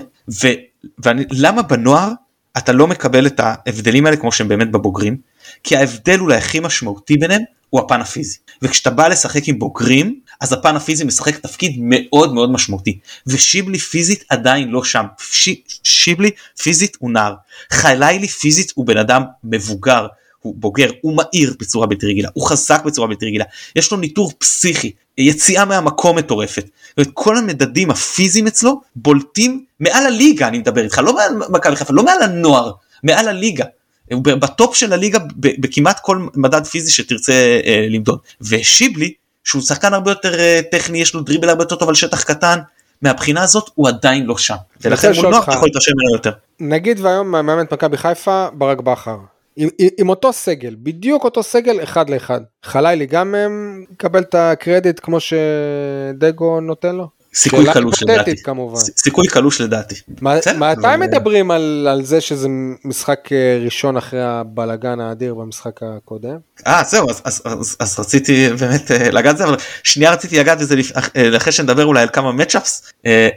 ולמה בנוער אתה לא מקבל את ההבדלים האלה כמו שהם באמת בבוגרים, כי ההבדל אולי הכי משמעותי ביניהם הוא הפן הפיזי, וכשאתה בא לשחק עם בוגרים, אז הפן הפיזי משחק תפקיד מאוד מאוד משמעותי, ושיבלי פיזית עדיין לא שם, שיבלי פיזית הוא נער, חלילי פיזית הוא בן אדם מבוגר, הוא בוגר, הוא מהיר בצורה בלתי רגילה, הוא חזק בצורה בלתי רגילה, יש לו ניטור פסיכי, יציאה מהמקום מטורפת, כל המדדים הפיזיים אצלו בולטים מעל הליגה, אני מדבר איתך, לא מעל מכבי חיפה, לא מעל הנוער, מעל הליגה, הוא בטופ של הליגה בכמעט כל מדד פיזי שתרצה למדוד, ושיבלי, שהוא שחקן הרבה יותר טכני, יש לו דריבל הרבה יותר טוב על שטח קטן, מהבחינה הזאת הוא עדיין לא שם, ולכן מול נוח יכול להתרשם ממנו יותר. נגיד והיום מאמן מכבי חיפה ברק בכר, עם אותו סגל, בדיוק אותו סגל אחד לאחד, חלילי גם מקבל את הקרדיט כמו שדגו נותן לו? סיכוי קלוש לדעתי. סיכוי קלוש לדעתי. מתי מדברים על זה שזה משחק ראשון אחרי הבלגן האדיר במשחק הקודם? זהו, אז רציתי באמת לגעת זה, אבל שנייה רציתי לגעת בזה אחרי שנדבר אולי על כמה מצ'אפס.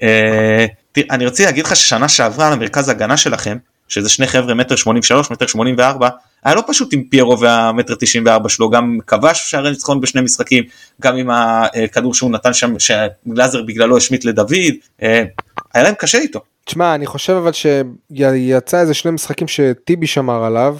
אני רוצה להגיד לך ששנה שעברה על המרכז ההגנה שלכם, שזה שני חבר'ה 1.83 מ, 1.84, היה לא פשוט עם פיירו והמטר 94 שלו, גם כבש שערי ניצחון בשני משחקים, גם עם הכדור שהוא נתן שם, שגלאזר בגללו השמיט לדוד, היה להם קשה איתו. תשמע, אני חושב אבל שיצא איזה שני משחקים שטיבי שמר עליו,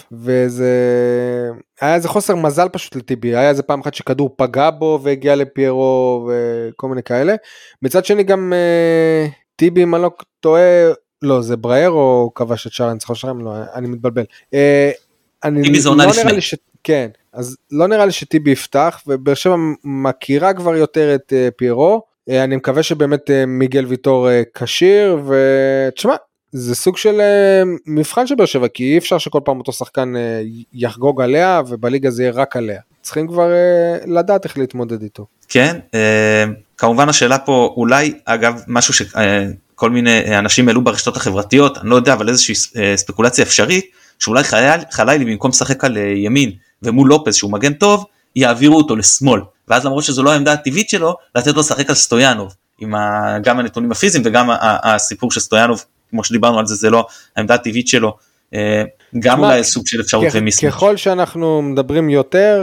היה איזה חוסר מזל פשוט לטיבי, היה איזה פעם אחת שכדור פגע בו והגיע לפיירו וכל מיני כאלה, מצד שני גם טיבי אם אני לא טועה, לא, זה ברייר או כבש את שער הניצחון שלהם? לא, אני מתבלבל. טיבי זה עונה לפני. כן, אז לא נראה לי שטיבי יפתח, ובאר שבע מכירה כבר יותר את פיירו, אני מקווה שבאמת מיגל ויטור כשיר, ותשמע, זה סוג של מבחן של באר שבע, כי אי אפשר שכל פעם אותו שחקן יחגוג עליה, ובליגה זה יהיה רק עליה. צריכים כבר לדעת איך להתמודד איתו. כן, כמובן השאלה פה, אולי, אגב, משהו כל מיני אנשים העלו ברשתות החברתיות, אני לא יודע, אבל איזושהי ספקולציה אפשרית, שאולי חלילי במקום לשחק על ימין, ומול לופס שהוא מגן טוב, יעבירו אותו לשמאל, ואז למרות שזו לא העמדה הטבעית שלו, לתת לו לשחק על סטויאנוב, עם גם הנתונים הפיזיים, וגם הסיפור של סטויאנוב, כמו שדיברנו על זה, זה לא העמדה הטבעית שלו, גם אולי סוג של אפשרות ומיסמץ'. ככל שאנחנו מדברים יותר,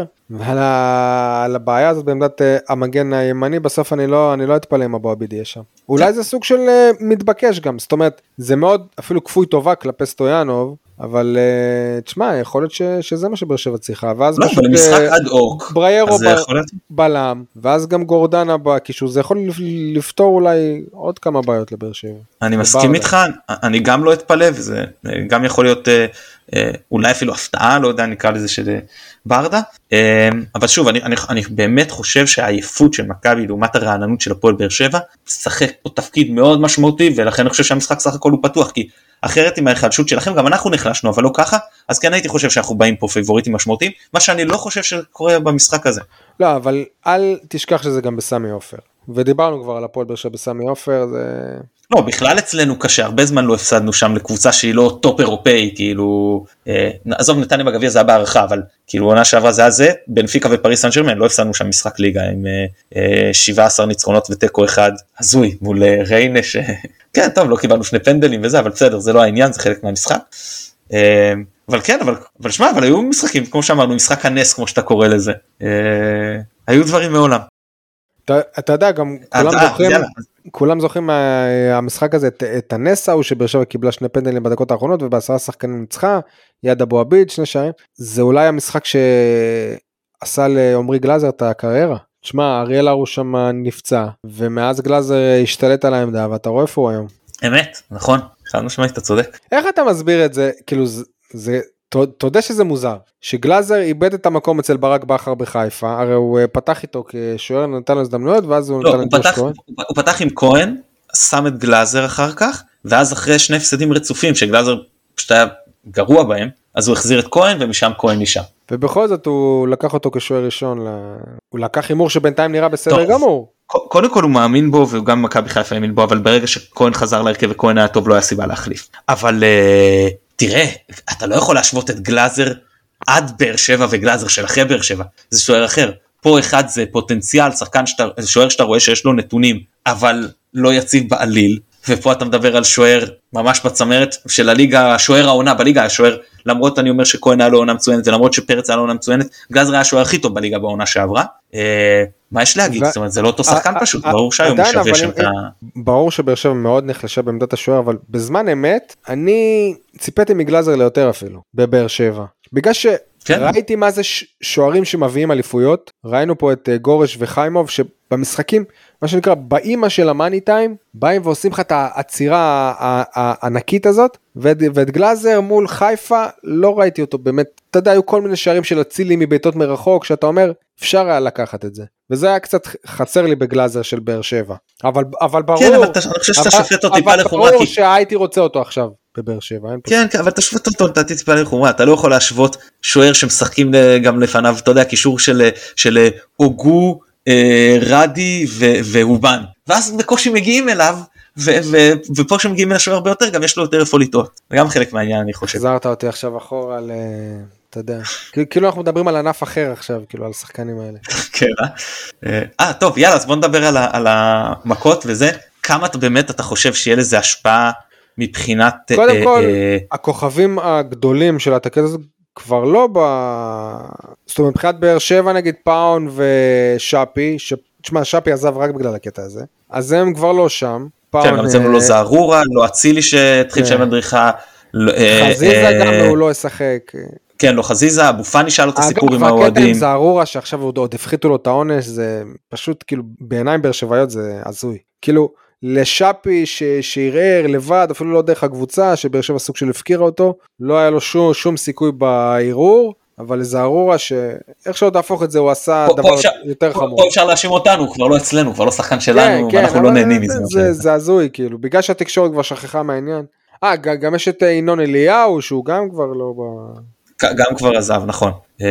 על הבעיה הזאת בעמדת המגן הימני, בסוף אני לא אתפלא אם אבו עביד יהיה שם. אולי זה סוג של מתבקש גם, זאת אומרת, זה מאוד אפילו כפוי טובה כלפי סטויאנוב, אבל תשמע, יכול להיות שזה מה שבאר שבע צריכה, ואז לא, אבל משחק עד אורק, בריירו בלם, ואז גם גורדנה בקישור, זה יכול לפתור אולי עוד כמה בעיות לבאר שבע. אני מסכים איתך, אני גם לא אתפלא, וזה גם יכול להיות אולי אפילו הפתעה, לא יודע, נקרא לזה של ברדה, אבל שוב, אני באמת חושב שהעייפות של מכבי לעומת הרעננות של הפועל באר שבע, שחק פה תפקיד מאוד משמעותי, ולכן אני חושב שהמשחק סך הכל הוא פתוח, כי אחרת עם ההחלשות שלכם, גם אנחנו נחלשנו, אבל לא ככה, אז כן הייתי חושב שאנחנו באים פה פייבוריטים משמעותיים, מה שאני לא חושב שקורה במשחק הזה. לא, אבל אל תשכח שזה גם בסמי עופר, ודיברנו כבר על הפועל באר שבע בסמי עופר, זה... לא, בכלל אצלנו קשה, הרבה זמן לא הפסדנו שם לקבוצה שהיא לא טופ אירופאי, כאילו, עזוב נתניה בגביע זה היה בערכה, אבל כאילו עונה שעברה זה היה זה, בנפיקה ופריס סן ז'רמן, לא הפסדנו שם משחק ליגה, עם 17 ניצחונות ותיקו אחד, הזוי, מול ריינה, כן, טוב, לא קיבלנו שני פנדלים וזה, אבל בסדר, זה לא העניין, זה חלק מהמשחק, אבל כן, אבל שמע, אבל היו משחקים, כמו שאמרנו, משחק הנס, כמו שאתה קורא לזה, היו דברים מעולם. אתה יודע, גם כולם זוכרים מהמשחק הזה את הנס ההוא שבאר שבע קיבלה שני פנדלים בדקות האחרונות ובעשרה שחקנים ניצחה, יד אבו עביד, שני שערים, זה אולי המשחק שעשה לעומרי גלאזר את הקריירה. תשמע, אריאל הרוש שם נפצע, ומאז גלאזר השתלט על העמדה, ואתה רואה איפה הוא היום. אמת, נכון, חד משמעית, אתה צודק. איך אתה מסביר את זה? כאילו, אתה יודע שזה מוזר, שגלאזר איבד את המקום אצל ברק בכר בחיפה, הרי הוא פתח איתו כשוער, נתן לו הזדמנויות, ואז הוא נתן את כהן. הוא פתח עם כהן, שם את גלאזר אחר כך, ואז אחרי שני הפסדים רצופים, שגלאזר פשוט היה גרוע בהם, אז הוא החזיר את כהן, ומשם כהן נשאר. ובכל זאת הוא לקח אותו כשוער ראשון, הוא לקח הימור שבינתיים נראה בסדר גמור. קודם כל הוא מאמין בו, וגם מכבי חיפה האמין בו, אבל ברגע שכהן חזר להרכב וכהן היה טוב, לא היה סיבה להחליף. אבל תראה, אתה לא יכול להשוות את גלאזר עד באר שבע וגלאזר של אחרי באר שבע, זה שוער אחר. פה אחד זה פוטנציאל, שחקן שוער שאתה רואה שיש לו נתונים, אבל לא יציב בעליל, ופה אתה מדבר על שוער ממש בצמרת של הליגה, השוער העונה בליגה, השוער, למרות אני אומר שכהן היה לו עונה מצוינת, ולמרות שפרץ היה לו עונה מצוינת, גלאזר היה השוער הכי טוב בליגה בעונה שעברה. מה יש להגיד? זאת אומרת, זה לא אותו שחקן פשוט, ברור שהיום משווה שם את ה... ברור שבאר שבע מאוד נחלשה בעמדת השוער, אבל בזמן אמת, אני ציפיתי מגלאזר ליותר אפילו, בבאר שבע. בגלל כן. ראיתי מה זה שוערים שמביאים אליפויות, ראינו פה את גורש וחיימוב, שבמשחקים, מה שנקרא, באימא של המאני טיים, באים ועושים לך את העצירה הענקית הזאת, ואת גלאזר מול חיפה, לא ראיתי אותו באמת, אתה יודע, היו כל מיני שערים של הצילים מביתות מרחוק, שאתה אומר, אפשר היה לקחת את זה, וזה היה קצת חסר לי בגלאזר של באר שבע, אבל ברור, כן, אבל אני חושב שאתה שופט אותו טיפה לחומרה, אבל ברור שהייתי רוצה אותו עכשיו, בבאר שבע. כן, אבל אתה שופט אותו, אתה טיפה לחומרה, אתה לא יכול להשוות שוער שמשחקים גם לפניו, אתה יודע, קישור של אוגו, רדי והובן, ואז בקושי מגיעים אליו, ופה שמגיעים אל השוער הרבה יותר, גם יש לו יותר איפה לטעות, זה גם חלק מהעניין אני חושב. חזרת אותי עכשיו אחורה על, אתה יודע, כאילו אנחנו מדברים על ענף אחר עכשיו, כאילו על השחקנים האלה. כן, טוב, יאללה, אז בוא נדבר על המכות וזה, כמה באמת אתה חושב שיהיה לזה השפעה מבחינת... קודם כל, הכוכבים הגדולים של התקד הזה כבר לא זאת אומרת, מבחינת באר שבע נגיד פאון ושאפי, תשמע, שאפי עזב רק בגלל הקטע הזה, אז הם כבר לא שם. כן, גם אצלנו לא זערורה, לא אצילי שהתחיל שם מדריכה. חזיזה גם הוא לא ישחק. כן, לא חזיזה, אבו פאני שאל את הסיפור עם האוהדים. הקטע עם זערורה שעכשיו עוד הפחיתו לו את העונש, זה פשוט כאילו בעיניים באר שבעיות זה הזוי. כאילו לשאפי שערער לבד, אפילו לא דרך הקבוצה, שבאר שבע סוג של הפקירה אותו, לא היה לו שום סיכוי בערעור, אבל לזערורה שאיך שעוד להפוך את זה, הוא עשה דבר יותר חמור. פה אפשר להאשים אותנו, כבר לא אצלנו, כבר לא שחקן שלנו, ואנחנו לא נהנים מזה. זה הזוי, כאילו, בגלל שהתקשורת כבר שכחה מהעניין. גם יש את ינון אליהו, שהוא גם כבר לא... גם כבר עזב, נכון.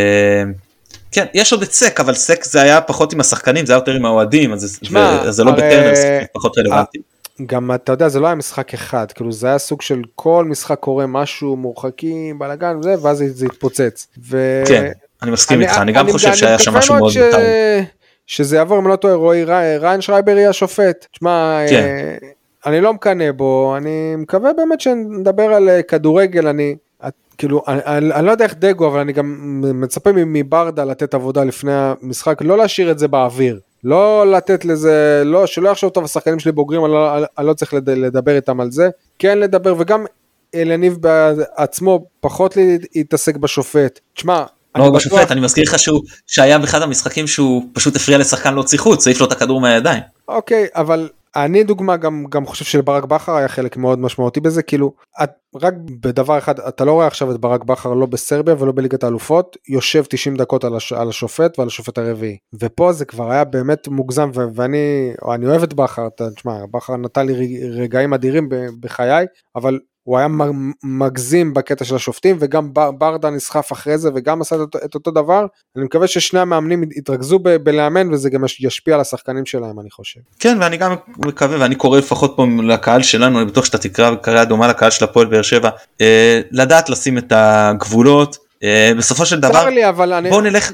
כן, יש עוד את סק, אבל סק זה היה פחות עם השחקנים, זה היה יותר עם האוהדים, אז זה לא בטרנר, זה פחות רלוונטי. גם אתה יודע, זה לא היה משחק אחד, כאילו זה היה סוג של כל משחק קורה משהו, מורחקים, בלגן וזה, ואז זה התפוצץ. כן, אני מסכים איתך, אני גם חושב שהיה שם משהו מאוד מטעם. שזה יעבור, אם לא טועה, רועי ריין שרייבר יהיה השופט. תשמע, אני לא מקנה בו, אני מקווה באמת שנדבר על כדורגל, כאילו, אני לא יודע איך דגו, אבל אני גם מצפה מברדה לתת עבודה לפני המשחק, לא להשאיר את זה באוויר, לא לתת לזה, שלא יחשוב טוב, השחקנים שלי בוגרים, אני לא צריך לדבר איתם על זה, כן לדבר, וגם אלניב בעצמו פחות להתעסק בשופט. תשמע, לא בשופט, אני מזכיר לך שהיה באחד המשחקים שהוא פשוט הפריע לשחקן להוציא חוץ, העיף לו את הכדור מהידיים. אוקיי, אבל אני דוגמה גם חושב שלברק בכר היה חלק מאוד משמעותי בזה, כאילו, רק בדבר אחד, אתה לא רואה עכשיו את ברק בכר לא בסרביה ולא בליגת האלופות, יושב 90 דקות על השופט ועל השופט הרביעי, ופה זה כבר היה באמת מוגזם, ואני אוהב את בכר, תשמע, בכר נתן לי רגעים אדירים בחיי, אבל הוא היה מגזים בקטע של השופטים, וגם ברדה נסחף אחרי זה, וגם עשה את אותו דבר. אני מקווה ששני המאמנים יתרכזו בלאמן, וזה גם ישפיע על השחקנים שלהם, אני חושב. כן, ואני גם מקווה, ואני קורא לפחות פה לקהל שלנו, אני בטוח שאתה תקרא קריאה דומה לקהל של הפועל באר שבע, לדעת לשים את הגבולות, בסופו של דבר, בואו נלך,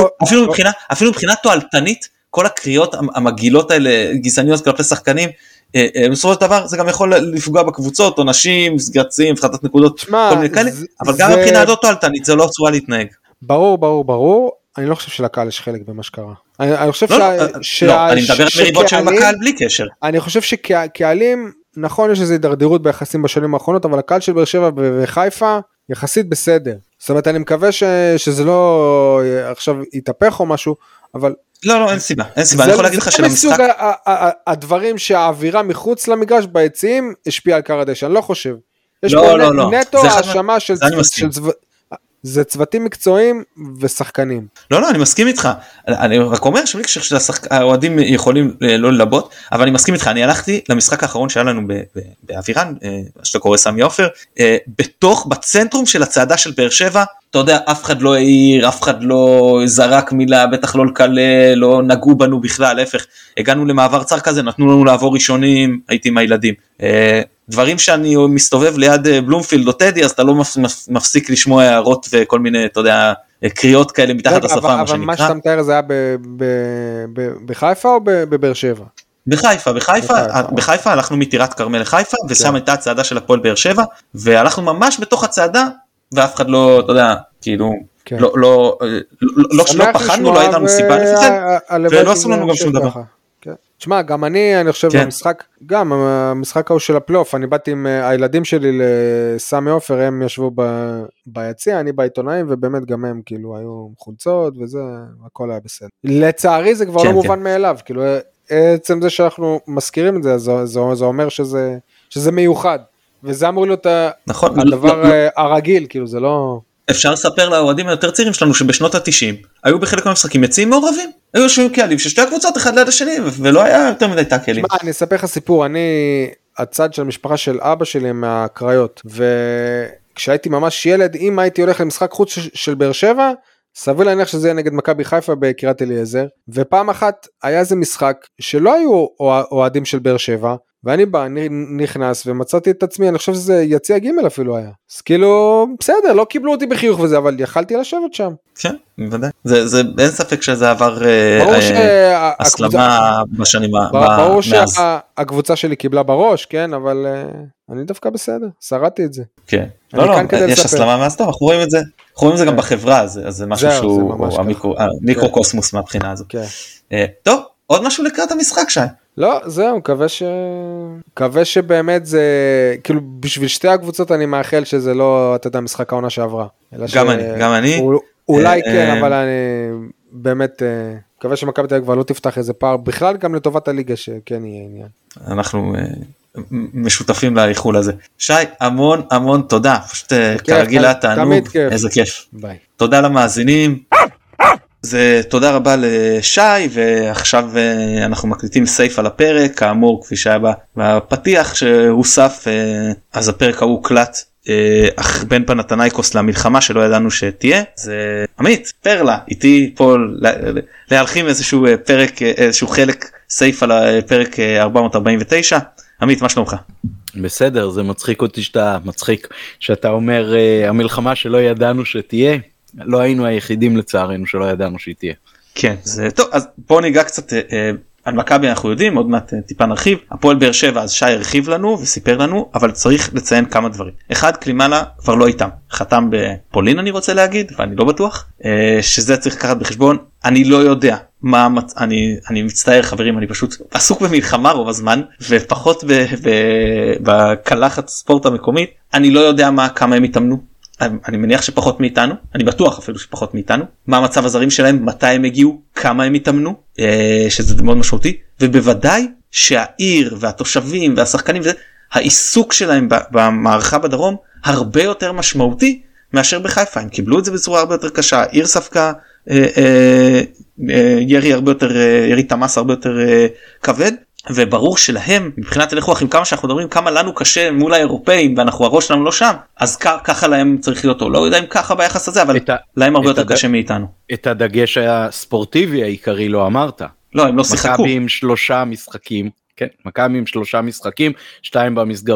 אפילו מבחינה תועלתנית, כל הקריאות המגילות האלה, גזעניות כלפי שחקנים, בסופו של דבר זה גם יכול לפגוע בקבוצות, עונשים, סגרצים, הפחתת נקודות, כל מיני כאלה, אבל גם מבחינה לא תועלתנית, זה לא צורה להתנהג. ברור, אני לא חושב שלקהל יש חלק במה שקרה. אני חושב אני מדבר על מריבות של הקהל בלי קשר. אני חושב שקהלים, נכון יש איזו הידרדרות ביחסים בשנים האחרונות, אבל הקהל של באר שבע וחיפה יחסית בסדר. זאת אומרת, אני מקווה שזה לא עכשיו יתהפך או משהו, אבל... לא, אין סיבה, אני יכול להגיד לך שלמשחק... זה מסוג הדברים שהאווירה מחוץ למגרש ביציעים השפיע על קר הדשא, אני לא חושב. יש פה נטו האשמה של זה צוותים מקצועיים ושחקנים. לא, אני מסכים איתך. אני רק אומר שהאוהדים יכולים לא ללבות, אבל אני מסכים איתך. אני הלכתי למשחק האחרון שהיה לנו באווירן, שאתה קורא סמי עופר, בצנטרום של הצעדה של באר שבע, אתה יודע, אף אחד לא העיר, אף אחד לא זרק מילה, בטח לא לקלל, לא נגעו בנו בכלל, להפך. הגענו למעבר צר כזה, נתנו לנו לעבור ראשונים, הייתי עם הילדים. דברים שאני מסתובב ליד בלומפילד או טדי, אז אתה לא מפסיק לשמוע הערות וכל מיני, אתה יודע, קריאות כאלה מתחת לשפה, מה שנקרא. אבל מה שאתה מתאר זה היה בחיפה או בבאר שבע? בחיפה הלכנו מטירת כרמל לחיפה, ושם הייתה הצעדה של הפועל באר שבע, והלכנו ממש בתוך הצעדה, ואף אחד לא, אתה יודע, כאילו, לא פחדנו, לא הייתה לנו סיבה לפי זה, ולא עשו לנו גם שום דבר. תשמע, גם אני חושב במשחק, גם המשחק ההוא של הפלייאוף, אני באתי עם הילדים שלי לסמי עופר, הם ישבו ביציע, אני בעיתונאים, ובאמת גם הם כאילו היו חולצות וזה, הכל היה בסדר. לצערי זה כבר לא מובן מאליו, כאילו עצם זה שאנחנו מזכירים את זה, זה אומר שזה מיוחד, וזה אמור להיות הדבר הרגיל, כאילו זה לא... אפשר לספר לאוהדים היותר צעירים שלנו שבשנות ה-90 היו בחלק מהמשחקים יציאים מעורבים, היו יושבים קהלים של שתי הקבוצות אחד ליד השני ולא היה יותר מדי טאקלים. אני אספר לך סיפור, אני הצד של המשפחה של אבא שלי מהקריות, וכשהייתי ממש ילד, אם הייתי הולך למשחק חוץ של באר שבע, סביר להניח שזה יהיה נגד מכבי חיפה בקריית אליעזר, ופעם אחת היה איזה משחק שלא היו אוהדים של באר שבע, ואני בא, נכנס ומצאתי את עצמי, אני חושב שזה יציע ג' אפילו היה. אז כאילו, בסדר, לא קיבלו אותי בחיוך וזה, אבל יכלתי לשבת שם. כן, בוודאי. אין ספק שזה עבר הסלמה בשנים מאז. ברור שהקבוצה שלי קיבלה בראש, כן, אבל אני דווקא בסדר, שרדתי את זה. כן. לא, יש הסלמה מאז טוב, אנחנו רואים את זה. אנחנו רואים את זה גם בחברה, אז זה משהו שהוא המיקרוקוסמוס מהבחינה הזו. טוב, עוד משהו לקראת המשחק שי. לא, זהו, מקווה שבאמת זה, כאילו בשביל שתי הקבוצות אני מאחל שזה לא, אתה יודע, משחק העונה שעברה. גם אני. אולי כן, אבל אני באמת, מקווה שמכבי תל אביב כבר לא תפתח איזה פער, בכלל גם לטובת הליגה שכן יהיה עניין. אנחנו משותפים לאיחול הזה. שי, המון תודה, פשוט כרגיל היה תענוג, איזה כיף. ביי. תודה למאזינים. זה תודה רבה לשי, ועכשיו אנחנו מקליטים סייף על הפרק, כאמור כפי שהיה בפתיח שהוסף, אז הפרק ההוא קלט בין פנתנייקוס למלחמה שלא ידענו שתהיה. זה עמית פרלה איתי פה להלחים איזשהו פרק, איזשהו חלק סייף על הפרק 449. עמית, מה שלומך? בסדר, זה מצחיק אותי שאתה אומר המלחמה שלא ידענו שתהיה. לא היינו היחידים לצערנו שלא ידענו שהיא תהיה. כן, זה טוב, אז בואו ניגע קצת על מכבי, אנחנו יודעים, עוד מעט טיפה נרחיב. הפועל באר שבע, אז שי הרחיב לנו וסיפר לנו, אבל צריך לציין כמה דברים. אחד, קלימאלה כבר לא איתם, חתם בפולין אני רוצה להגיד, ואני לא בטוח, שזה צריך לקחת בחשבון. אני לא יודע מה, אני מצטער חברים, אני פשוט עסוק במלחמה רוב הזמן, ופחות בקלחת ספורט המקומית. אני לא יודע כמה הם התאמנו. אני מניח שפחות מאיתנו, אני בטוח אפילו שפחות מאיתנו, מה המצב הזרים שלהם, מתי הם הגיעו, כמה הם התאמנו, שזה מאוד משמעותי, ובוודאי שהעיר והתושבים והשחקנים, העיסוק שלהם במערכה בדרום, הרבה יותר משמעותי מאשר בחיפה. הם קיבלו את זה בצורה הרבה יותר קשה, העיר ספקה ירי תמס הרבה יותר כבד, וברור שלהם מבחינת הלך רוח, עם כמה שאנחנו מדברים כמה לנו קשה מול האירופאים ואנחנו הראש שלנו לא שם, אז ככה להם צריך להיות, או לא יודע אם ככה ביחס הזה, אבל להם הרבה יותר קשה מאיתנו. את הדגש הספורטיבי העיקרי לא אמרת. לא, הם לא שיחקו. מכבי עם 3 משחקים, כן, מכבי עם 3 משחקים, 2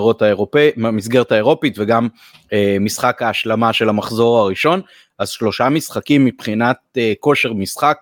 במסגרת האירופית וגם משחק ההשלמה של המחזור הראשון, אז 3 משחקים מבחינת כושר משחק,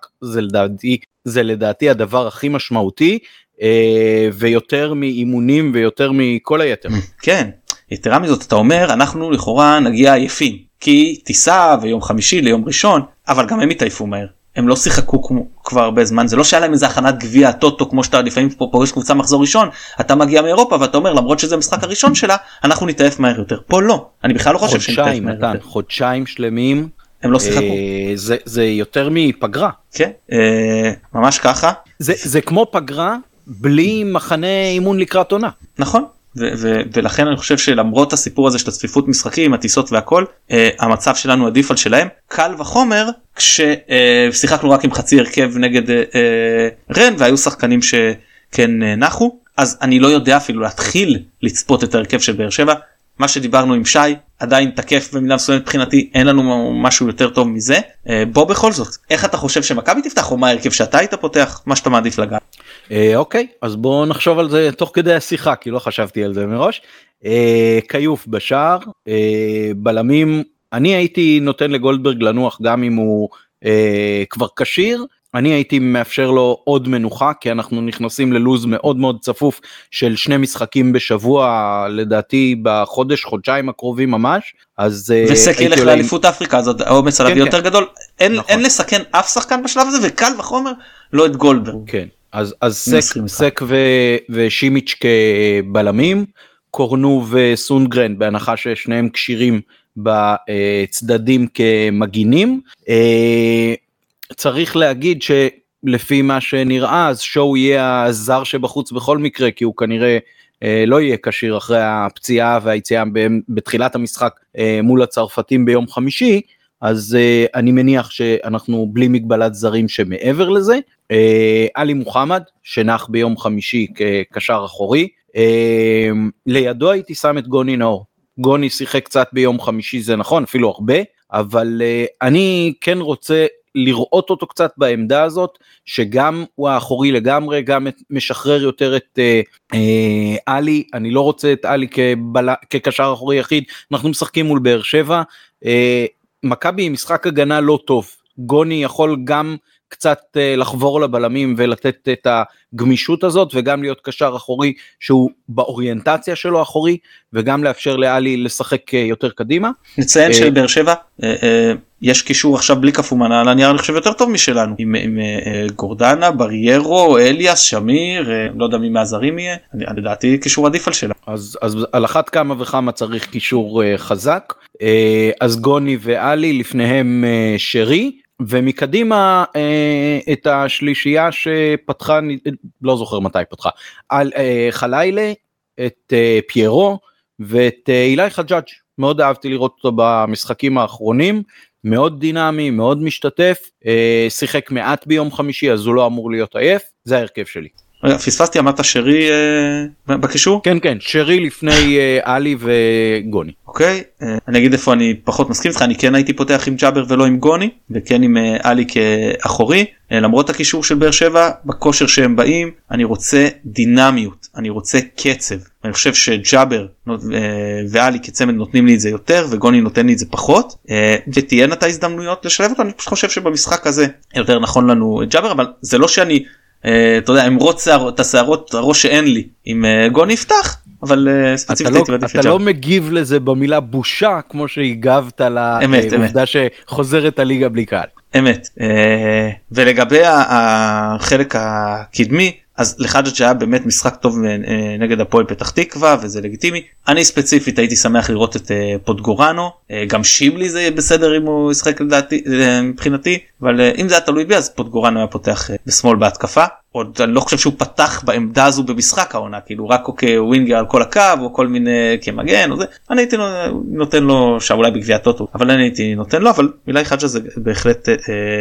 זה לדעתי הדבר הכי משמעותי, ויותר מאימונים ויותר מכל היתר. כן, יתרה מזאת אתה אומר אנחנו לכאורה נגיע עייפים, כי טיסה ויום חמישי ליום ראשון, אבל גם הם התעייפו מהר, הם לא שיחקו כבר הרבה זמן, זה לא שהיה להם איזה הכנת גביע הטוטו כמו שאתה לפעמים פוגש קבוצה מחזור ראשון, אתה מגיע מאירופה ואתה אומר למרות שזה המשחק הראשון שלה אנחנו נתעייף מהר יותר, פה לא, אני בכלל לא חושב שנתעייף מהר יותר. חודשיים שלמים הם לא שיחקו. זה יותר מפגרה. כן, ממש ככה. זה כמו פגרה בלי מחנה אימון לקראת עונה. נכון, ולכן אני חושב שלמרות הסיפור הזה של הצפיפות משחקים, הטיסות והכל, המצב שלנו עדיף על שלהם. קל וחומר כששיחקנו רק עם חצי הרכב נגד רן, והיו שחקנים שכן נחו, אז אני לא יודע אפילו להתחיל לצפות את ההרכב של באר שבע. מה שדיברנו עם שי עדיין תקף במידה מסוימת מבחינתי, אין לנו משהו יותר טוב מזה. בוא בכל זאת, איך אתה חושב שמכבי תפתח, או מה ההרכב שאתה היית פותח, מה שאתה מעדיף לגעת? אוקיי, אז בואו נחשוב על זה תוך כדי השיחה, כי לא חשבתי על זה מראש. קיוף בשער, בלמים, אני הייתי נותן לגולדברג לנוח גם אם הוא כבר קשיר, אני הייתי מאפשר לו עוד מנוחה, כי אנחנו נכנסים ללוז מאוד מאוד צפוף של 2 משחקים בשבוע, לדעתי בחודש, חודשיים הקרובים ממש. וסק ילך לאליפות אפריקה, אז העומס עליו יותר גדול, אין לסכן אף שחקן בשלב הזה, וקל וחומר לא את גולדברג. כן, אז סק ושימיץ' כבלמים, קורנו וסונגרן, בהנחה ששניהם קשירים בצדדים כמגינים. צריך להגיד שלפי מה שנראה, אז שואו יהיה הזר שבחוץ בכל מקרה, כי הוא כנראה לא יהיה קשיר אחרי הפציעה והיציאה בתחילת המשחק מול הצרפתים ביום חמישי, אז אני מניח שאנחנו בלי מגבלת זרים שמעבר לזה. עלי מוחמד שנח ביום חמישי כקשר אחורי, לידו הייתי שם את גוני נאור. גוני שיחק קצת ביום חמישי, זה נכון, אפילו הרבה, אבל אני כן רוצה לראות אותו קצת בעמדה הזאת, שגם הוא האחורי לגמרי, גם משחרר יותר את עלי. אני לא רוצה את עלי כקשר אחורי יחיד, אנחנו משחקים מול באר שבע, מכבי עם משחק הגנה לא טוב, גוני יכול גם קצת לחבור לבלמים ולתת את הגמישות הזאת, וגם להיות קשר אחורי שהוא באוריינטציה שלו אחורי, וגם לאפשר לאלי לשחק יותר קדימה. נציין שבאר שבע יש קישור עכשיו בלי קפומן, על הנייר אני חושב יותר טוב משלנו, עם גורדנה, בריירו, אליאס, שמיר, לא יודע מי מהזרים יהיה, אני לדעתי קישור עדיף על שלה. אז על אחת כמה וכמה צריך קישור חזק, אז גוני ואלי, לפניהם שרי, ומקדימה את השלישייה שפתחה, לא זוכר מתי פתחה, על חלילה, את פיירו ואת אילי חג'אג'. מאוד אהבתי לראות אותו במשחקים האחרונים, מאוד דינמי, מאוד משתתף, שיחק מעט ביום חמישי, אז הוא לא אמור להיות עייף, זה ההרכב שלי. פספסתי, אמרת שרי בקישור? כן, כן, שרי לפני עלי וגוני. אוקיי, אני אגיד איפה אני פחות מסכים איתך, אני כן הייתי פותח עם ג'אבר ולא עם גוני, וכן עם עלי כאחורי, למרות הקישור של באר שבע, בכושר שהם באים, אני רוצה דינמיות, אני רוצה קצב, אני חושב שג'אבר ועלי כצמד נותנים לי את זה יותר, וגוני נותן לי את זה פחות, ותהיינה את ההזדמנויות לשלב אותו. אני פשוט חושב שבמשחק הזה יותר נכון לנו ג'אבר, אבל זה לא שאני אתה יודע, אמרות את השערות הראש שאין לי עם גוני יפתח, אבל ספציפית אתה לא מגיב לזה במילה בושה כמו שהגבת לעובדה שחוזרת הליגה בלי קהל. אמת. ולגבי החלק הקדמי, אז לחג'אג' שהיה באמת משחק טוב נגד הפועל פתח תקווה, וזה לגיטימי. אני ספציפית הייתי שמח לראות את פוטגורנו, גם שיבלי זה בסדר אם הוא ישחק לדעתי, מבחינתי, אבל אם זה היה תלוי בי, אז פוטגורנו היה פותח בשמאל בהתקפה. עוד אני לא חושב שהוא פתח בעמדה הזו במשחק העונה, כאילו רק כווינגר על כל הקו, או כל מיני כמגן, או זה. אני הייתי נותן לו, שאולי בגביע הטוטו, אבל אני הייתי נותן לו, אבל מילי חג'ה זה בהחלט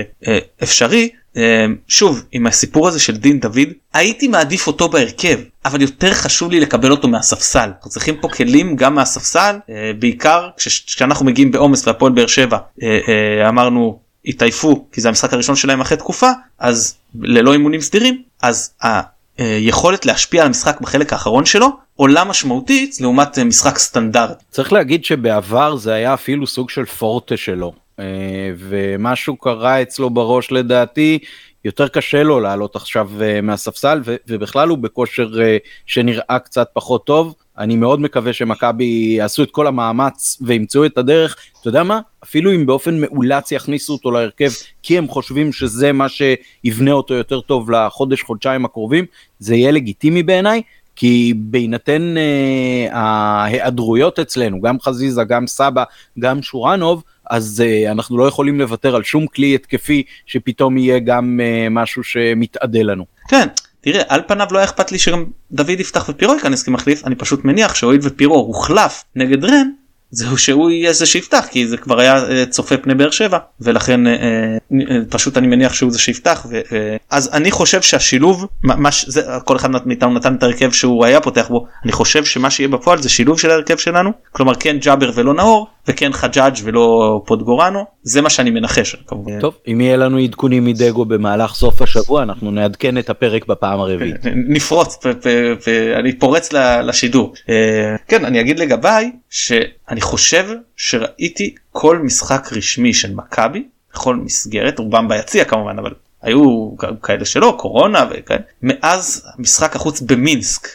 אפשרי. שוב, עם הסיפור הזה של דין דוד, הייתי מעדיף אותו בהרכב, אבל יותר חשוב לי לקבל אותו מהספסל. אנחנו צריכים פה כלים גם מהספסל, בעיקר כשאנחנו מגיעים בעומס והפועל באר שבע, אמרנו התעייפו, כי זה המשחק הראשון שלהם אחרי תקופה, אז ללא אימונים סדירים, אז היכולת להשפיע על המשחק בחלק האחרון שלו, עולה משמעותית לעומת משחק סטנדרט. צריך להגיד שבעבר זה היה אפילו סוג של פורטה שלו, ומשהו קרה אצלו בראש לדעתי, יותר קשה לו לעלות עכשיו מהספסל, ובכלל הוא בכושר שנראה קצת פחות טוב. אני מאוד מקווה שמכבי יעשו את כל המאמץ וימצאו את הדרך, אתה יודע מה? אפילו אם באופן מאולץ יכניסו אותו להרכב, כי הם חושבים שזה מה שיבנה אותו יותר טוב לחודש, חודשיים הקרובים, זה יהיה לגיטימי בעיניי, כי בהינתן ההיעדרויות אצלנו, גם חזיזה, גם סבא, גם שורנוב, אז אנחנו לא יכולים לוותר על שום כלי התקפי, שפתאום יהיה גם משהו שמתעדה לנו. כן. תראה, על פניו לא היה אכפת לי שגם דוד יפתח ופירו ייכנס כמחליף, אני פשוט מניח שהואיל ופירו הוחלף נגד רן, זהו שהוא יהיה זה שיפתח, כי זה כבר היה צופה פני באר שבע, ולכן פשוט אני מניח שהוא זה שיפתח, אז אני חושב שהשילוב, כל אחד מאיתנו נתן את הרכב שהוא היה פותח בו, אני חושב שמה שיהיה בפועל זה שילוב של הרכב שלנו, כלומר כן ג'אבר ולא נאור, וכן חג'אג' ולא פוטגורנו, זה מה שאני מנחש. טוב, אם יהיה לנו עדכונים מדגו במהלך סוף השבוע, אנחנו נעדכן את הפרק בפעם הרביעית. נפרוץ, אני פורץ לשידור. כן, אני אגיד לגביי, שאני חושב שראיתי כל משחק רשמי של מכבי, בכל מסגרת, רובם ביציע כמובן, אבל היו כאלה שלא, קורונה וכאלה, מאז משחק החוץ במינסק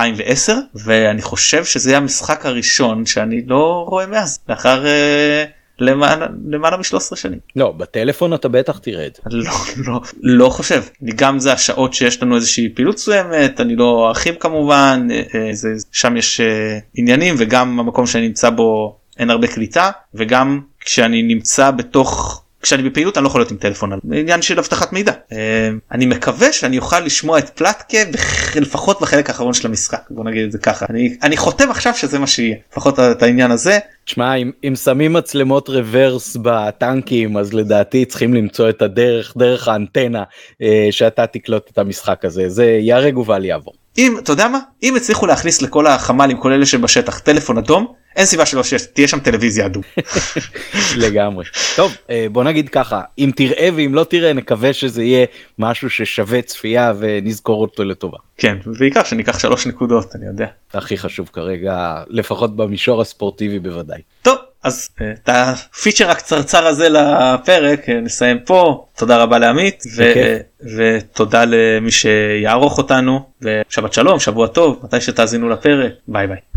ב-2010, ואני חושב שזה המשחק הראשון שאני לא רואה מאז, לאחר למעלה מ-13 שנים. לא, בטלפון אתה בטח תראה את זה. לא חושב, גם זה השעות שיש לנו איזושהי פעילות מסוימת, אני לא ארחיב כמובן, שם יש עניינים, וגם המקום שאני נמצא בו אין הרבה קליטה, וגם כשאני נמצא כשאני בפעילות אני לא יכול להיות עם טלפון, על עניין של הבטחת מידע. אני מקווה שאני אוכל לשמוע את פלטקה לפחות בחלק האחרון של המשחק, בוא נגיד את זה ככה. אני חותם עכשיו שזה מה שיהיה, לפחות את העניין הזה. תשמע, אם שמים מצלמות רוורס בטנקים, אז לדעתי צריכים למצוא את דרך האנטנה שאתה תקלוט את המשחק הזה, זה ייהרג ובל יעבור. אתה יודע מה? אם הצליחו להכניס לכל החמ"לים, כל אלה שבשטח, טלפון אדום, אין סיבה שלא תהיה שם טלוויזיה אדום. לגמרי. טוב, בוא נגיד ככה, אם תראה ואם לא תראה, נקווה שזה יהיה משהו ששווה צפייה ונזכור אותו לטובה. כן, ובעיקר שניקח 3 נקודות, אני יודע. הכי חשוב כרגע, לפחות במישור הספורטיבי בוודאי. טוב, אז את הפיצ'ר הקצרצר הזה לפרק נסיים פה. תודה רבה לעמית, ותודה למי שיערוך אותנו, ושבת שלום, שבוע טוב, מתי שתאזינו לפרק, ביי ביי.